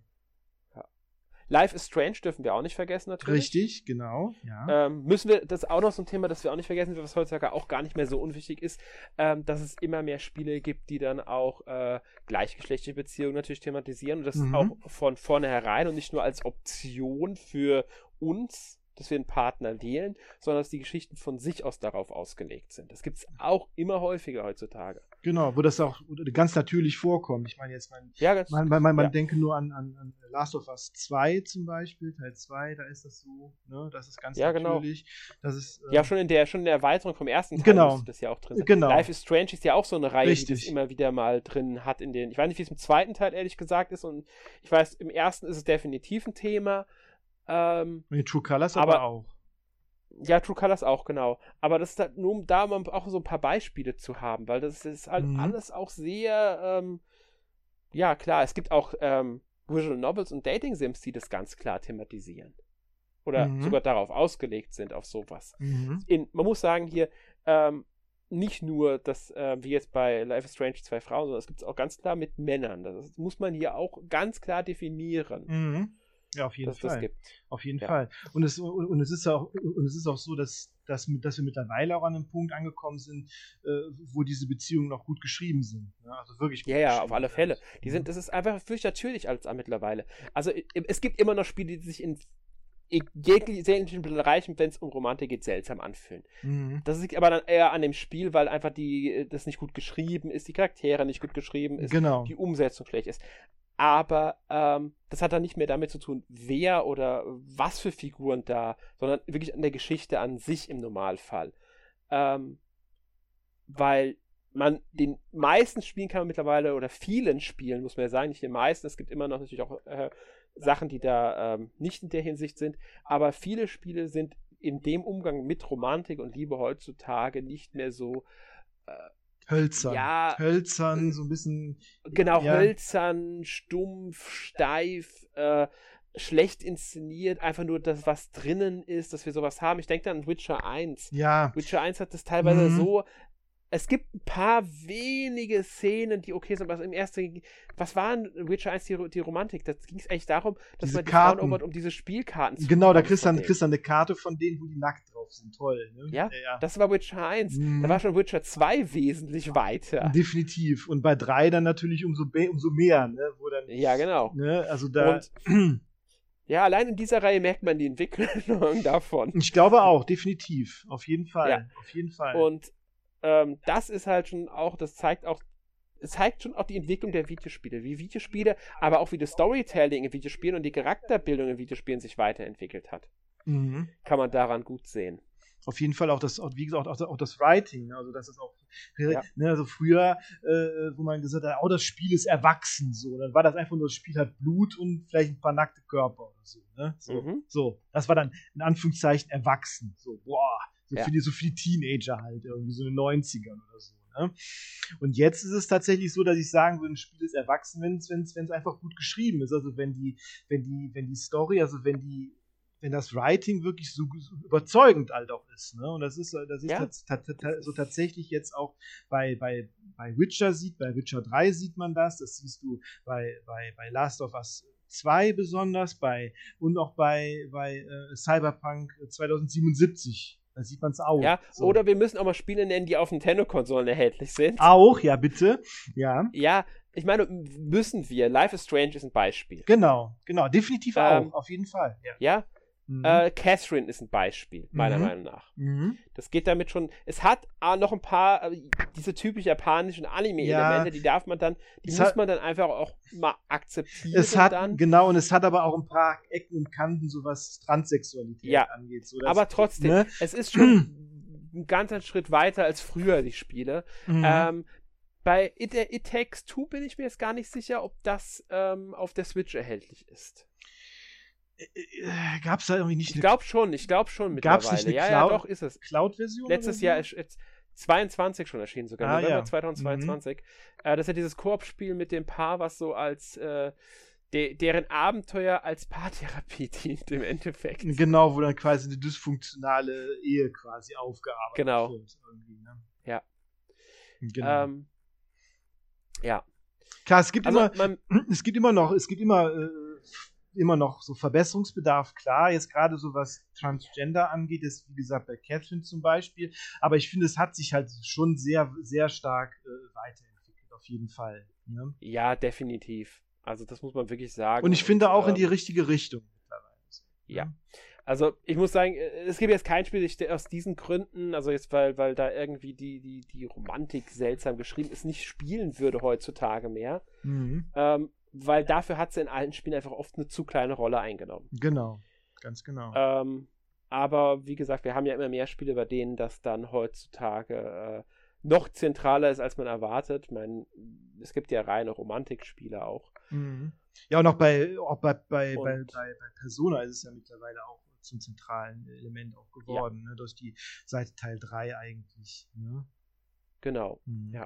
Life is Strange dürfen wir auch nicht vergessen, natürlich. Richtig, genau, ja. Ähm, müssen wir, das ist auch noch so ein Thema, das wir auch nicht vergessen, was heutzutage auch gar nicht mehr so unwichtig ist, ähm, dass es immer mehr Spiele gibt, die dann auch äh, gleichgeschlechtliche Beziehungen natürlich thematisieren und das Mhm. auch von vornherein und nicht nur als Option für uns, dass wir einen Partner wählen, sondern dass die Geschichten von sich aus darauf ausgelegt sind. Das gibt es auch immer häufiger heutzutage. Genau, wo das auch ganz natürlich vorkommt. Ich meine jetzt, man, Ja, ganz, man, man, man ja. denke nur an, an, an Last of Us zwei zum Beispiel, Teil zwei, da ist das so, ne, das ist ganz Ja, genau. natürlich. Das ist, äh, Ja, schon in der, schon in der Erweiterung vom ersten Teil Genau. müsste das ja auch drin sein. Genau. Life is Strange ist ja auch so eine Reihe, die Richtig. das immer wieder mal drin hat in den, ich weiß nicht, wie es im zweiten Teil ehrlich gesagt ist und ich weiß, im ersten ist es definitiv ein Thema. Ähm, und die True Colors aber, aber- auch. ja, True Colors auch, genau. Aber das ist halt nur, um da mal auch so ein paar Beispiele zu haben, weil das ist halt Mhm. alles auch sehr, ähm, ja klar, es gibt auch ähm, Visual Novels und Dating Sims, die das ganz klar thematisieren. Oder Mhm. sogar darauf ausgelegt sind, auf sowas. Mhm. In, man muss sagen hier, ähm, nicht nur, dass, äh, wie jetzt bei Life is Strange zwei Frauen, sondern es gibt es auch ganz klar mit Männern. Das muss man hier auch ganz klar definieren, Mhm. Ja, auf jeden dass es das Fall. gibt. Auf jeden Ja. Fall. Und es, und, und es ist auch, und es ist auch so, dass, dass, dass wir mittlerweile auch an einem Punkt angekommen sind, äh, wo diese Beziehungen noch gut geschrieben sind. Ja, also wirklich gut Ja, ja, geschrieben auf alle sind. Fälle. Die Mhm. sind, das ist einfach völlig natürlich als mittlerweile. Also i- es gibt immer noch Spiele, die sich in jeglichen Bereichen, wenn es um Romantik geht, seltsam anfühlen. Mhm. Das liegt aber dann eher an dem Spiel, weil einfach die, das nicht gut geschrieben ist, die Charaktere nicht gut geschrieben ist, Genau. die Umsetzung schlecht ist. Aber ähm, das hat dann nicht mehr damit zu tun, wer oder was für Figuren da, sondern wirklich an der Geschichte an sich im Normalfall. Ähm, weil man den meisten Spielen kann man mittlerweile, oder vielen Spielen, muss man ja sagen, nicht den meisten, es gibt immer noch natürlich auch äh, Sachen, die da ähm, nicht in der Hinsicht sind, aber viele Spiele sind in dem Umgang mit Romantik und Liebe heutzutage nicht mehr so Hölzern. Ja. Hölzern, so ein bisschen. genau Ja. hölzern, stumpf, steif, äh, schlecht inszeniert, einfach nur das, was drinnen ist, dass wir sowas haben. Ich denke dann an Witcher eins. Ja. Witcher eins hat das teilweise Mhm. so. Es gibt ein paar wenige Szenen, die okay sind, was im ersten. Was war in Witcher eins die, die Romantik? Da ging es eigentlich darum, dass Diese man die Karten. Frauen erobert, um diese Spielkarten zu Genau, da bekommen kriegst du von dann, denen. kriegst dann eine Karte von denen, wo die nackt drauf sind. Toll. Ne? Ja, ja. das war Witcher eins. Mhm. Da war schon Witcher zwei wesentlich weiter. Definitiv. Und bei drei dann natürlich umso, be- umso mehr, ne? Wo dann, Ja, genau. ne? Also da. Und ja, allein in dieser Reihe merkt man die Entwicklung davon. Ich glaube auch, definitiv. Auf jeden Fall. Ja. Auf jeden Fall. Und ähm, das ist halt schon auch, das zeigt auch, es zeigt schon auch die Entwicklung der Videospiele, wie Videospiele, aber auch wie das Storytelling in Videospielen und die Charakterbildung in Videospielen sich weiterentwickelt hat. mhm. Kann man daran gut sehen. Auf jeden Fall auch das, auch, wie gesagt, auch, auch das Writing, ne? Also das ist auch, Ja. ne, also früher, äh, wo man gesagt hat, oh, das Spiel ist erwachsen, so, dann war das einfach nur, das Spiel hat Blut und vielleicht ein paar nackte Körper oder so, ne, so, Mhm. so, das war dann in Anführungszeichen erwachsen, so, boah, so, Ja. für die, so für die Teenager halt, irgendwie so in den neunzigern oder so, ne, und jetzt ist es tatsächlich so, dass ich sagen würde, ein Spiel ist erwachsen, wenn es, wenn es, wenn es einfach gut geschrieben ist, also wenn die, wenn die, wenn die Story, also wenn die wenn das Writing wirklich so, so überzeugend halt auch ist, ne? Und das ist, das ist Ja. tats- tats- tats- so tatsächlich jetzt auch bei, bei, bei Witcher sieht, bei Witcher drei sieht man das, das siehst du bei, bei, bei Last of Us zwei besonders, bei, und auch bei, bei äh, Cyberpunk zweitausendsiebenundsiebzig. Da sieht man es auch. Ja, So. oder wir müssen auch mal Spiele nennen, die auf Nintendo-Konsolen erhältlich sind. Auch, ja, bitte. Ja, Ja, ich meine, müssen wir. Life is Strange ist ein Beispiel. genau, genau, definitiv Ähm, auch, auf jeden Fall. Ja. Ja, Mhm. äh, Catherine ist ein Beispiel, meiner Mhm. Meinung nach. Mhm. Das geht damit schon. Es hat äh, noch ein paar äh, diese typisch japanischen Anime-Elemente, Ja. die darf man dann, die Es muss hat- man dann einfach auch mal akzeptieren. Es hat, dann. genau, und es hat aber auch ein paar Ecken und Kanten, so was Transsexualität Ja. angeht. So, dass- Aber trotzdem, ne? es ist schon ein ganzer Schritt weiter als früher, die Spiele. Mhm. Ähm, bei It, It Takes Two bin ich mir jetzt gar nicht sicher, ob das ähm, auf der Switch erhältlich ist. Äh, äh, Gab es da irgendwie nicht Ich eine glaube schon, ich glaube schon Gab's mittlerweile. nicht eine ja, Cloud- ja, doch, ist es. Cloud-Version? Letztes oder so? Jahr ist jetzt zweiundzwanzig schon erschienen sogar, Ah, November ja. zweitausendzweiundzwanzig. Äh, das ist ja dieses Koop-Spiel mit dem Paar, was so als äh, de- deren Abenteuer als Paartherapie dient im Endeffekt. Genau, wo dann quasi eine dysfunktionale Ehe quasi aufgearbeitet Genau. wird. Irgendwie, ne? Ja. Genau. Ähm, ja. Klar, es gibt Also immer, man, es gibt immer noch, es gibt immer, äh, immer noch so Verbesserungsbedarf, klar, jetzt gerade so was Transgender angeht, ist wie gesagt bei Catherine zum Beispiel, aber ich finde, es hat sich halt schon sehr, sehr stark äh, weiterentwickelt, auf jeden Fall. Ne? ja, definitiv. Also das muss man wirklich sagen. Und ich finde auch in ähm, die richtige Richtung mittlerweile. Ja. Also ich muss sagen, es gibt jetzt kein Spiel, das aus diesen Gründen, also jetzt weil, weil da irgendwie die, die, die Romantik seltsam geschrieben ist, nicht spielen würde heutzutage mehr. Mhm. Ähm, weil dafür hat sie in alten Spielen einfach oft eine zu kleine Rolle eingenommen. Genau, ganz genau. Ähm, aber wie gesagt, wir haben ja immer mehr Spiele, bei denen das dann heutzutage äh, noch zentraler ist, als man erwartet. Ich meine, es gibt ja reine Romantikspiele auch. Mhm. Ja, und auch bei, auch bei, bei, Und- bei, bei, bei Persona ist es ja mittlerweile auch zum zentralen Element auch geworden, ne? Durch die seit Teil drei eigentlich. Ne? Genau. Mhm. Ja.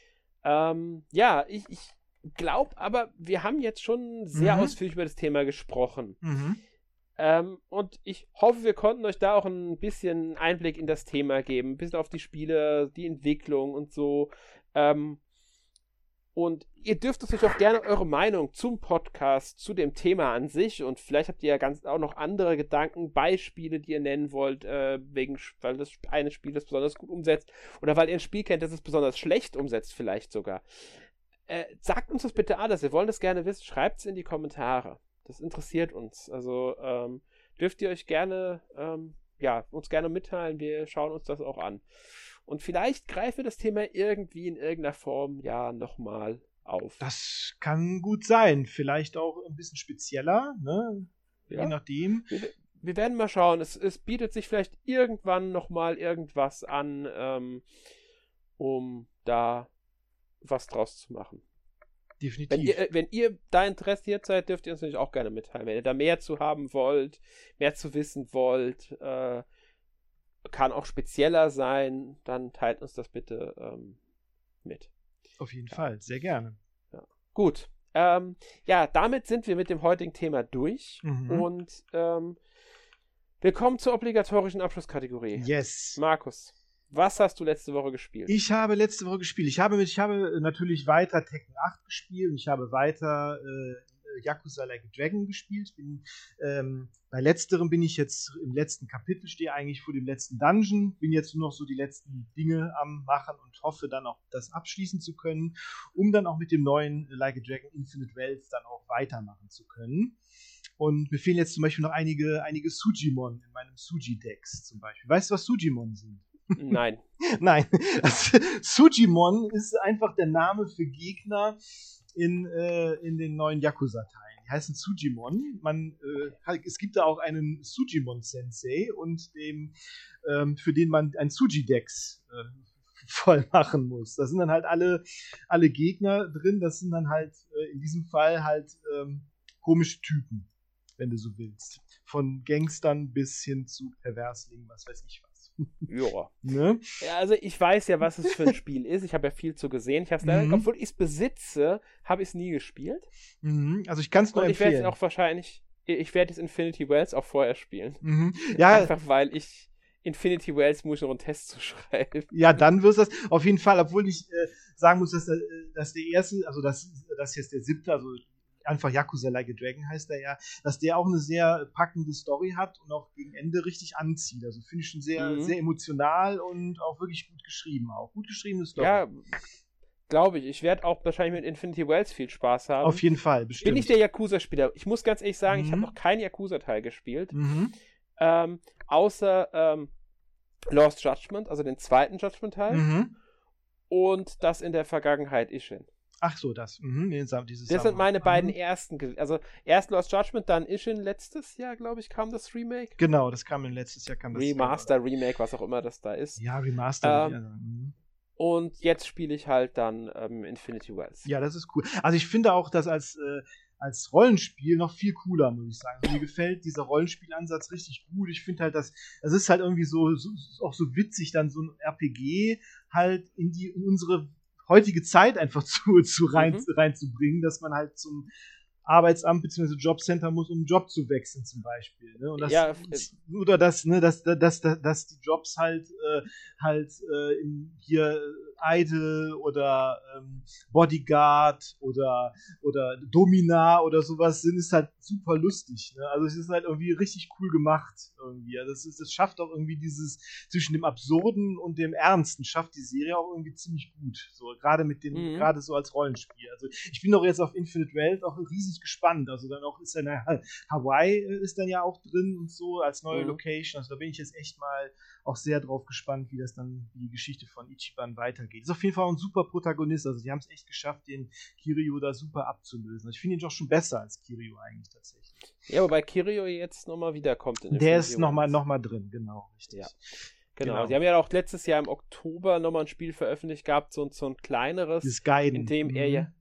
Ähm, ja, ich, ich glaube aber, wir haben jetzt schon sehr Mhm. ausführlich über das Thema gesprochen. Mhm. Ähm, und ich hoffe, wir konnten euch da auch ein bisschen Einblick in das Thema geben. Ein bisschen auf die Spiele, die Entwicklung und so. Ähm, und ihr dürft uns natürlich auch gerne eure Meinung zum Podcast, zu dem Thema an sich, und vielleicht habt ihr ja ganz auch noch andere Gedanken, Beispiele, die ihr nennen wollt, äh, wegen, weil das eine Spiel das besonders gut umsetzt oder weil ihr ein Spiel kennt, das es besonders schlecht umsetzt, vielleicht sogar. Äh, sagt uns das bitte alles. Wir wollen das gerne wissen. Schreibt es in die Kommentare. Das interessiert uns. Also ähm, dürft ihr euch gerne, ähm, ja, uns gerne mitteilen. Wir schauen uns das auch an. Und vielleicht greifen wir das Thema irgendwie in irgendeiner Form ja nochmal auf. Das kann gut sein. Vielleicht auch ein bisschen spezieller, ne? Ja. Je nachdem. Wir, wir werden mal schauen. Es, es bietet sich vielleicht irgendwann nochmal irgendwas an, ähm, um da was draus zu machen. Definitiv. Wenn ihr, äh, wenn ihr da interessiert seid, dürft ihr uns natürlich auch gerne mitteilen. Wenn ihr da mehr zu haben wollt, mehr zu wissen wollt, äh, kann auch spezieller sein, dann teilt uns das bitte ähm, mit. Auf jeden Fall, sehr gerne. Gut. Ähm, ja, damit sind wir mit dem heutigen Thema durch. Mhm. Und ähm, wir kommen zur obligatorischen Abschlusskategorie. Yes. Markus, was hast du letzte Woche gespielt? Ich habe letzte Woche gespielt. Ich habe, ich habe natürlich weiter Tekken acht gespielt und ich habe weiter äh, Yakuza Like a Dragon gespielt. Bin, ähm, bei letzterem bin ich jetzt im letzten Kapitel, stehe eigentlich vor dem letzten Dungeon, bin jetzt nur noch so die letzten Dinge am machen und hoffe dann auch das abschließen zu können, um dann auch mit dem neuen Like a Dragon Infinite Wealth dann auch weitermachen zu können. Und mir fehlen jetzt zum Beispiel noch einige, einige Sujimon in meinem Suji-Dex zum Beispiel. Weißt du, was Sujimon sind? Nein. Nein, also, Sujimon ist einfach der Name für Gegner in, äh, in den neuen Yakuza-Teilen. Die heißen Sujimon. Man, äh, es gibt da auch einen Sujimon-Sensei und dem, ähm, für den man ein Suji-Dex äh, voll machen muss. Da sind dann halt alle, alle Gegner drin. Das sind dann halt äh, in diesem Fall halt ähm, komische Typen, wenn du so willst. Von Gangstern bis hin zu Perverslingen, was weiß ich was. Ja. Ne? Ja, also ich weiß ja, was es für ein Spiel ist. Ich habe ja viel zu gesehen. Ich hab's leider, Mhm. obwohl ich es besitze, habe ich es nie gespielt. Mhm. Also ich kann es nur Und ich werde empfehlen. es auch wahrscheinlich, ich werde jetzt Infinity Wells auch vorher spielen. Mhm. Ja, Einfach weil ich Infinity Wells muss ich noch einen Test zu schreiben. ja, dann wirst du das auf jeden Fall, obwohl ich äh, sagen muss, dass, der, dass der erste, also das, das jetzt der siebte, also einfach Yakuza Like a Dragon heißt er ja, dass der auch eine sehr packende Story hat und auch gegen Ende richtig anzieht. Also finde ich schon sehr, Mhm. sehr emotional und auch wirklich gut geschrieben. Auch gut geschriebene Story. Ja, glaube ich. Ich werde auch wahrscheinlich mit Infinity Wells viel Spaß haben. Auf jeden Fall, Ich bin bestimmt. nicht der Yakuza-Spieler. Ich muss ganz ehrlich sagen, ich Mhm. habe noch keinen Yakuza-Teil gespielt. Mhm. Ähm, außer ähm, Lost Judgment, also den zweiten Judgment-Teil. Mhm. Und das in der Vergangenheit Ishin. Ach so, das. Mhm. Nee, Sam- dieses Das sind meine Samurai. beiden Mhm. ersten. ge- Also erst Lost Judgment, dann Ishin. Letztes Jahr, glaube ich, kam das Remake. Genau, das kam in letztes Jahr. Kam das Remaster, Remake, was auch immer das da ist. Ja, Remaster. Ähm, ja. Mhm. Und jetzt spiele ich halt dann ähm, Infinity Wells. Ja, das ist cool. Also ich finde auch, dass als, äh, als Rollenspiel noch viel cooler, muss ich sagen. Also mir gefällt dieser Rollenspielansatz richtig gut. Ich finde halt, dass es ist halt irgendwie so, so auch so witzig, dann so ein R P G halt in die in unsere heutige Zeit einfach zu, zu rein, mhm. reinzubringen, dass man halt zum Arbeitsamt bzw. Jobcenter muss, um einen Job zu wechseln zum Beispiel. Ne? Und das, ja, oder dass, ne, dass, dass, dass, dass die Jobs halt, äh, halt äh, in, hier Idol oder ähm, Bodyguard oder, oder Dominar oder sowas sind, ist halt super lustig. Ne? Also es ist halt irgendwie richtig cool gemacht. Irgendwie. Also es, ist, es schafft auch irgendwie dieses, zwischen dem Absurden und dem Ernsten, schafft die Serie auch irgendwie ziemlich gut. So, gerade mit den, mhm. gerade so als Rollenspiel. Also ich bin doch jetzt auf Infinite Wealth auch riesig gespannt. Also dann auch ist dann Hawaii ist dann ja auch drin und so als neue mhm. Location. Also da bin ich jetzt echt mal auch sehr drauf gespannt, wie das dann, wie die Geschichte von Ichiban weitergeht. Ist auf jeden Fall ein super Protagonist. Also die haben es echt geschafft, den Kiryu da super abzulösen. Also ich finde ihn doch schon besser als Kiryu eigentlich tatsächlich. Ja, wobei Kiryu jetzt nochmal wiederkommt. In der ist nochmal noch mal drin, genau, richtig. Ja. Genau. genau, die haben ja auch letztes Jahr im Oktober nochmal ein Spiel veröffentlicht gehabt, so, so ein kleineres, das Gaiden. in dem mhm. er ja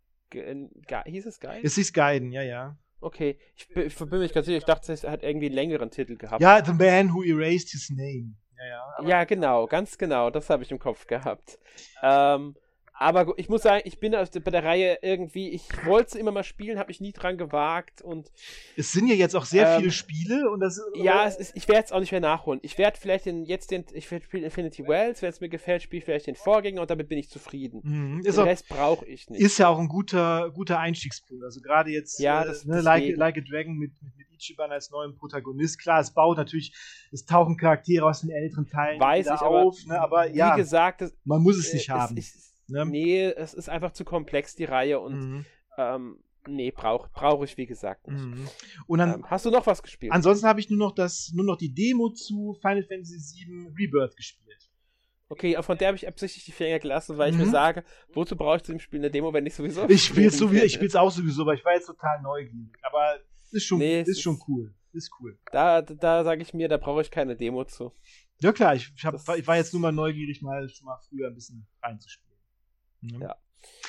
Ge- Ge- hieß es Gaiden? Es hieß Gaiden, ja, ja. Okay, ich, ich bin mich ganz sicher, ich dachte, es hat irgendwie einen längeren Titel gehabt. Ja, The Man Who Erased His Name. Ja, ja, ja genau, ganz genau, das habe ich im Kopf gehabt. Ähm, aber ich muss sagen, ich bin bei der Reihe irgendwie, ich wollte es immer mal spielen, habe mich nie dran gewagt und es sind ja jetzt auch sehr ähm, viele Spiele und das ja, es ist, ich werde es auch nicht mehr nachholen. Ich werde vielleicht den, jetzt den, ich werde spielen Infinity Wells, wenn es mir gefällt, spiele ich vielleicht den Vorgänger und damit bin ich zufrieden. Mhm. Den auch, Rest brauche ich nicht. Ist ja auch ein guter, guter Einstiegspunkt. Also gerade jetzt ja, äh, das, ne, like, like a Dragon mit, mit, mit Ichiban als neuem Protagonist. Klar, es baut natürlich, es tauchen Charaktere aus den älteren Teilen Weiß wieder ich, auf, aber, ne, aber ja, wie gesagt, das, man muss es äh, nicht haben. Es, ich, ne? Nee, es ist einfach zu komplex, die Reihe und mhm. ähm, nee, brauche brauch ich wie gesagt nicht. Mhm. Und dann, ähm, hast du noch was gespielt? Ansonsten habe ich nur noch das, nur noch die Demo zu Final Fantasy sieben Rebirth gespielt. Okay, aber von der habe ich absichtlich die Finger gelassen, weil mhm. ich mir sage, wozu brauche ich zu dem Spiel eine Demo, wenn ich sowieso Ich spiele es sowieso, ich spiel's auch sowieso, aber ich war jetzt total neugierig. Aber ist schon, nee, ist, ist schon cool. Ist cool. Da, da, da sage ich mir, da brauche ich keine Demo zu. Ja klar, ich, ich, hab, ich war jetzt nur mal neugierig, mal schon mal früher ein bisschen reinzuspielen. Mhm. Ja.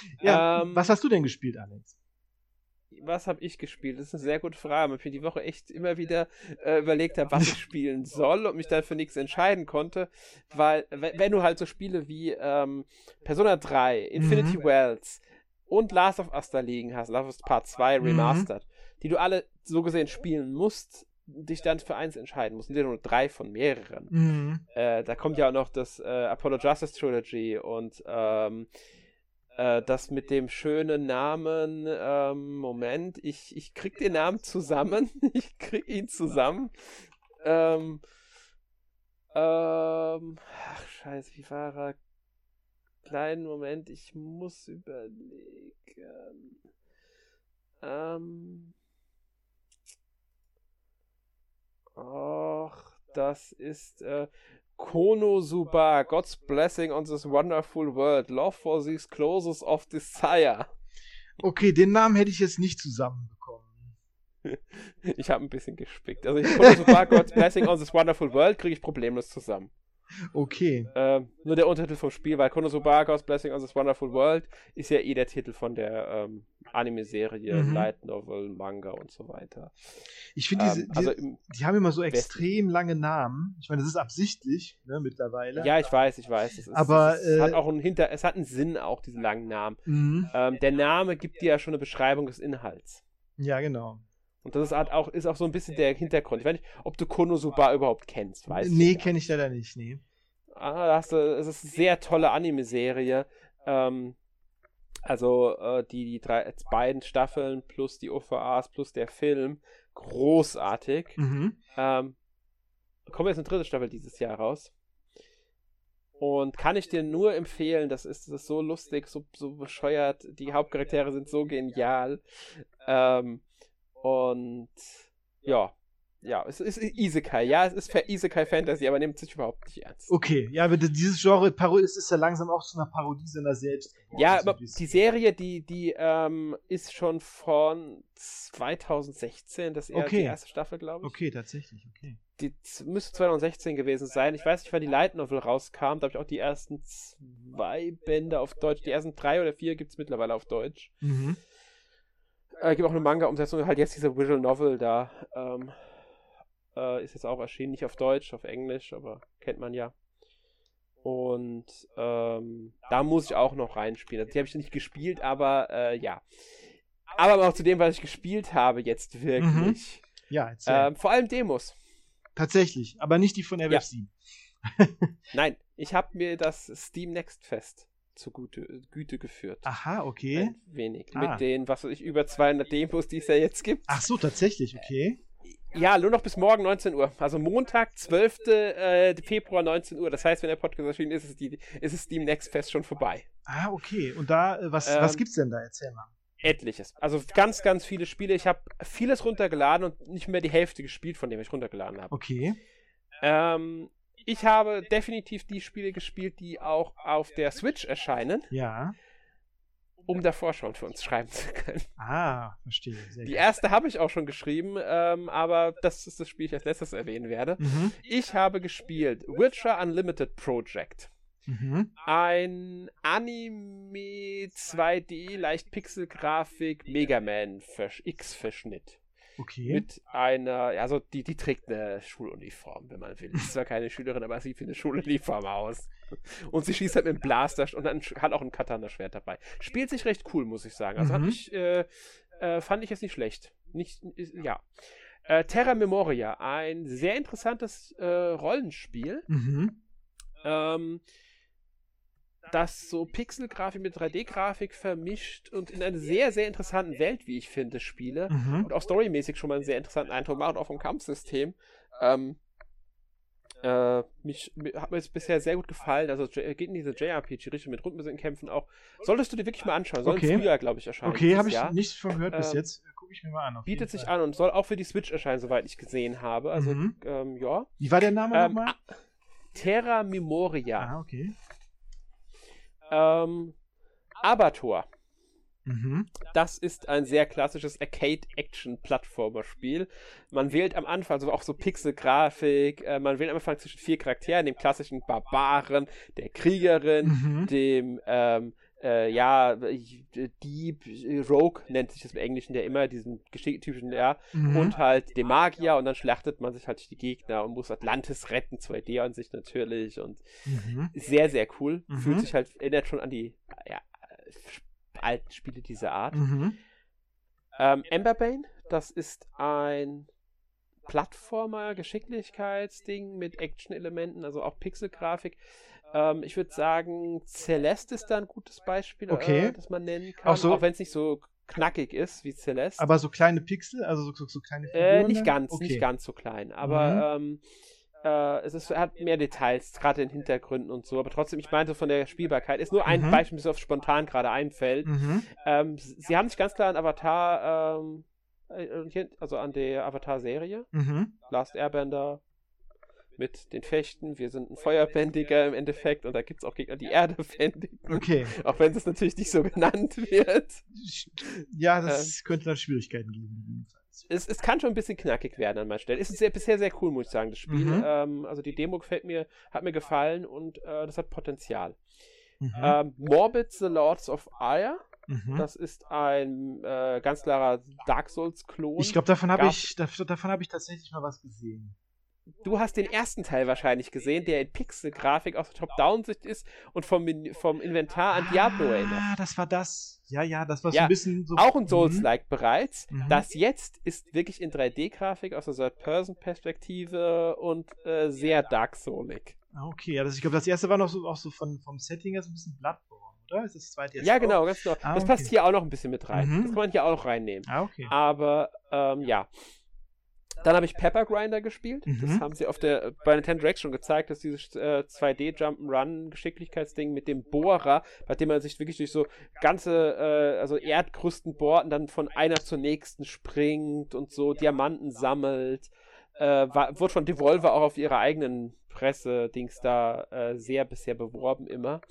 ja ähm, was hast du denn gespielt, Alex? Was habe ich gespielt? Das ist eine sehr gute Frage, weil ich mir die Woche echt immer wieder äh, überlegt habe, was ich spielen soll und mich dann für nichts entscheiden konnte, weil wenn du halt so Spiele wie ähm, Persona drei, Infinity mhm. Wells und Last of Us da liegen hast, Last of Us Part zwei Remastered, mhm. die du alle so gesehen spielen musst, dich dann für eins entscheiden musst, sind ja nur drei von mehreren. Mhm. Äh, da kommt ja auch noch das äh, Apollo Justice Trilogy und ähm, äh, das mit dem schönen Namen, ähm, Moment, ich, ich krieg den Namen zusammen, ich krieg ihn zusammen. Ähm, ähm, ach scheiße, wie war er? Kleinen Moment, ich muss überlegen. Ähm, ach, das ist äh, Konosuba, God's Blessing on this wonderful world, love for these closes of desire. Okay, den Namen hätte ich jetzt nicht zusammenbekommen. Ich habe ein bisschen gespickt. Also ich Konosuba, God's Blessing on this wonderful world kriege ich problemlos zusammen. Okay. Ähm, nur der Untertitel vom Spiel, weil Konosuba, God's Blessing on this wonderful world ist ja eh der Titel von der ähm, Anime-Serie, mhm. Light Novel, Manga und so weiter. Ich finde, diese, ähm, also die, die haben immer so extrem Westen. lange Namen. Ich meine, das ist absichtlich, ne, mittlerweile. Ja, ich weiß, ich weiß. Es, ist, Aber, es, es äh, hat auch einen Hinter, es hat einen Sinn auch, diese langen Namen. Mhm. Ähm, der Name gibt dir ja schon eine Beschreibung des Inhalts. Ja, genau. Und das ist auch, ist auch so ein bisschen der Hintergrund. Ich weiß nicht, ob du Konosuba überhaupt kennst, weißt du? Nee, kenne ich leider nicht, nee. Ah, da hast du, es ist eine sehr tolle Anime-Serie. Ähm, also äh, die, die drei, beiden Staffeln plus die O V As plus der Film. Großartig. Mhm. Ähm, kommt jetzt eine dritte Staffel dieses Jahr raus. Und kann ich dir nur empfehlen, das ist, das ist so lustig, so, so bescheuert. Die Hauptcharaktere sind so genial. Ähm, und ja. Ja, es ist Isekai, ja, es ist Isekai Fantasy, aber nimmt sich überhaupt nicht ernst. Okay, ja, aber dieses Genre Parodie ist ja langsam auch zu einer Parodie seiner selbst geworden. Ja, aber die Serie, die, die ähm, ist schon von zwanzig sechzehn, das ist eher okay. die erste Staffel, glaube ich. Okay, tatsächlich, okay. Die müsste zwanzig sechzehn gewesen sein. Ich weiß nicht, wann die Light Novel rauskam, da habe ich auch die ersten zwei Bände auf Deutsch, die ersten drei oder vier gibt es mittlerweile auf Deutsch. Mhm. Äh, gibt auch eine Manga-Umsetzung, halt jetzt diese Visual Novel da. Ähm, äh, ist jetzt auch erschienen, nicht auf Deutsch, auf Englisch, aber kennt man ja. Und ähm, da muss ich auch noch reinspielen. Also die habe ich nicht gespielt, aber äh, ja. Aber auch zu dem, was ich gespielt habe jetzt wirklich. Mhm. Ja, erzähl. Ähm, vor allem Demos. Tatsächlich, aber nicht die von R F sieben. Ja. Nein, ich habe mir das Steam Next Fest zu Güte, Güte geführt. Aha, okay. Ein wenig. Ah. Mit den, was weiß ich, über zweihundert Demos, die es ja jetzt gibt. Ach so, tatsächlich, okay. Ja, nur noch bis morgen neunzehn Uhr. Also Montag, zwölfter Februar neunzehn Uhr. Das heißt, wenn der Podcast erschienen ist, ist, die, ist das Steam Next Fest schon vorbei. Ah, okay. Und da, äh, was, Ähm, was gibt's denn da? Erzähl mal. Etliches. Also ganz, ganz viele Spiele. Ich habe vieles runtergeladen und nicht mehr die Hälfte gespielt, von dem ich runtergeladen habe. Okay. Ähm, ich habe definitiv die Spiele gespielt, die auch auf der Switch erscheinen, Ja. um davor schon für uns schreiben zu können. Ah, verstehe. Sehr Die gut. erste habe ich auch schon geschrieben, ähm, aber das ist das Spiel, das ich als letztes erwähnen werde. Mhm. Ich habe gespielt Witcher Unlimited Project. Mhm. Ein Anime zwei D, leicht Pixelgrafik, Mega Man X-Verschnitt. Okay. Mit einer, ja, also die, die trägt eine Schuluniform, wenn man will. Ist zwar keine Schülerin, aber sie sieht wie eine Schuluniform aus. Und sie schießt halt mit einem Blaster und dann hat auch ein Katana-Schwert dabei. Spielt sich recht cool, muss ich sagen. Also Mhm. hab ich, äh, äh, fand ich jetzt nicht schlecht. Nicht, ist, ja. Äh, Terra Memoria, ein sehr interessantes äh, Rollenspiel. Mhm. Ähm, das so Pixelgrafik mit drei D-Grafik vermischt und in einer sehr, sehr interessanten Welt, wie ich finde, spiele. Mhm. Und auch storymäßig schon mal einen sehr interessanten Eindruck macht, auch vom Kampfsystem. Ähm, äh, mich, mir, hat mir jetzt bisher sehr gut gefallen. Also J- geht in diese J R P G-Richtung mit Rundenkämpfen auch. Solltest du dir wirklich mal anschauen. Soll Okay. im Frühjahr, glaube ich, erscheinen. Okay, dieses habe ich Jahr. nichts von gehört bis Ähm, jetzt. Gucke ich mir mal an. auf Bietet jeden sich Fall. an und soll auch für die Switch erscheinen, soweit ich gesehen habe. Also, Mhm. ähm, ja. Wie war der Name Ähm, nochmal? Terra Memoria. Ah, okay. Ähm, Abator. Mhm. Das ist ein sehr klassisches Arcade-Action-Plattformer-Spiel. Man wählt am Anfang, also auch so Pixel-Grafik, äh, man wählt am Anfang zwischen vier Charakteren, dem klassischen Barbaren, der Kriegerin, Mhm. dem, ähm, äh, ja, Dieb, Rogue nennt sich das im Englischen, der immer diesen geschick- typischen, ja, Mhm. und halt dem Magier und dann schlachtet man sich halt durch die Gegner und muss Atlantis retten, zwei D an sich natürlich und Mhm. sehr, sehr cool. Mhm. Fühlt sich halt, erinnert schon an die, ja, alten Spiele dieser Art. Mhm. Ähm, Emberbane, das ist ein Plattformer-Geschicklichkeitsding mit Action-Elementen, also auch Pixelgrafik. Ähm, ich würde sagen, Celeste ist da ein gutes Beispiel, Okay. äh, das man nennen kann, Auch so- auch wenn es nicht so knackig ist wie Celeste. Aber so kleine Pixel, also so, so, so kleine Figuren? äh, nicht dann? ganz, Okay. nicht ganz so klein, aber ähm, äh, es ist, hat mehr Details, gerade in Hintergründen und so, aber trotzdem, ich meinte von der Spielbarkeit, ist nur ein Mhm. Beispiel, das auf spontan gerade einfällt. Mhm. Ähm, sie haben sich ganz klar an Avatar, ähm, äh, also an der Avatar-Serie, Mhm. Last Airbender, mit den Fechten. Wir sind ein Feuerbändiger im Endeffekt und da gibt es auch Gegner, die Erde bändigen. Okay. Auch wenn es natürlich nicht so genannt wird. Ja, das könnte dann Schwierigkeiten geben. Es, es kann schon ein bisschen knackig werden an manchen Stellen. Es ist sehr, bisher sehr cool, muss ich sagen, das Spiel. Mhm. Ähm, also die Demo gefällt mir, hat mir gefallen und äh, das hat Potenzial. Mhm. Ähm, Morbid the Lords of Ire. Mhm. Das ist ein äh, ganz klarer Dark Souls-Klon. Ich glaube, davon habe Gab- ich, dav- davon habe ich tatsächlich mal was gesehen. Du hast den ersten Teil wahrscheinlich gesehen, der in Pixel-Grafik aus der Top-Down-Sicht ist und vom, Men- vom Inventar an Diablo erinnert. Ah, das war das. Ja, ja, das war so Ja, ein bisschen so. Auch ein Mhm. Souls-like bereits. Mhm. Das jetzt ist wirklich in drei D-Grafik aus der Third-Person-Perspektive und äh, sehr Dark Soulig. Ah, okay, ja, das, ich glaube, das erste war noch so auch so von, vom Setting her so ein bisschen Bloodborne, oder? Ist das zweite jetzt Ja, auch? genau, ganz genau. Ah, das okay. passt hier auch noch ein bisschen mit rein. Mhm. Das kann man hier auch noch reinnehmen. Ah, okay. Aber, ähm, ja. Dann habe ich Pepper Grinder gespielt. Mhm. Das haben sie auf der, bei Nintendo Direct schon gezeigt, dass dieses äh, zwei D-Jump'n'Run-Geschicklichkeitsding mit dem Bohrer, bei dem man sich wirklich durch so ganze, äh, also Erdkrusten bohrt und dann von einer zur nächsten springt und so Diamanten sammelt. Äh, war, wurde von Devolver auch auf ihrer eigenen Presse-Dings da äh, sehr bisher beworben immer.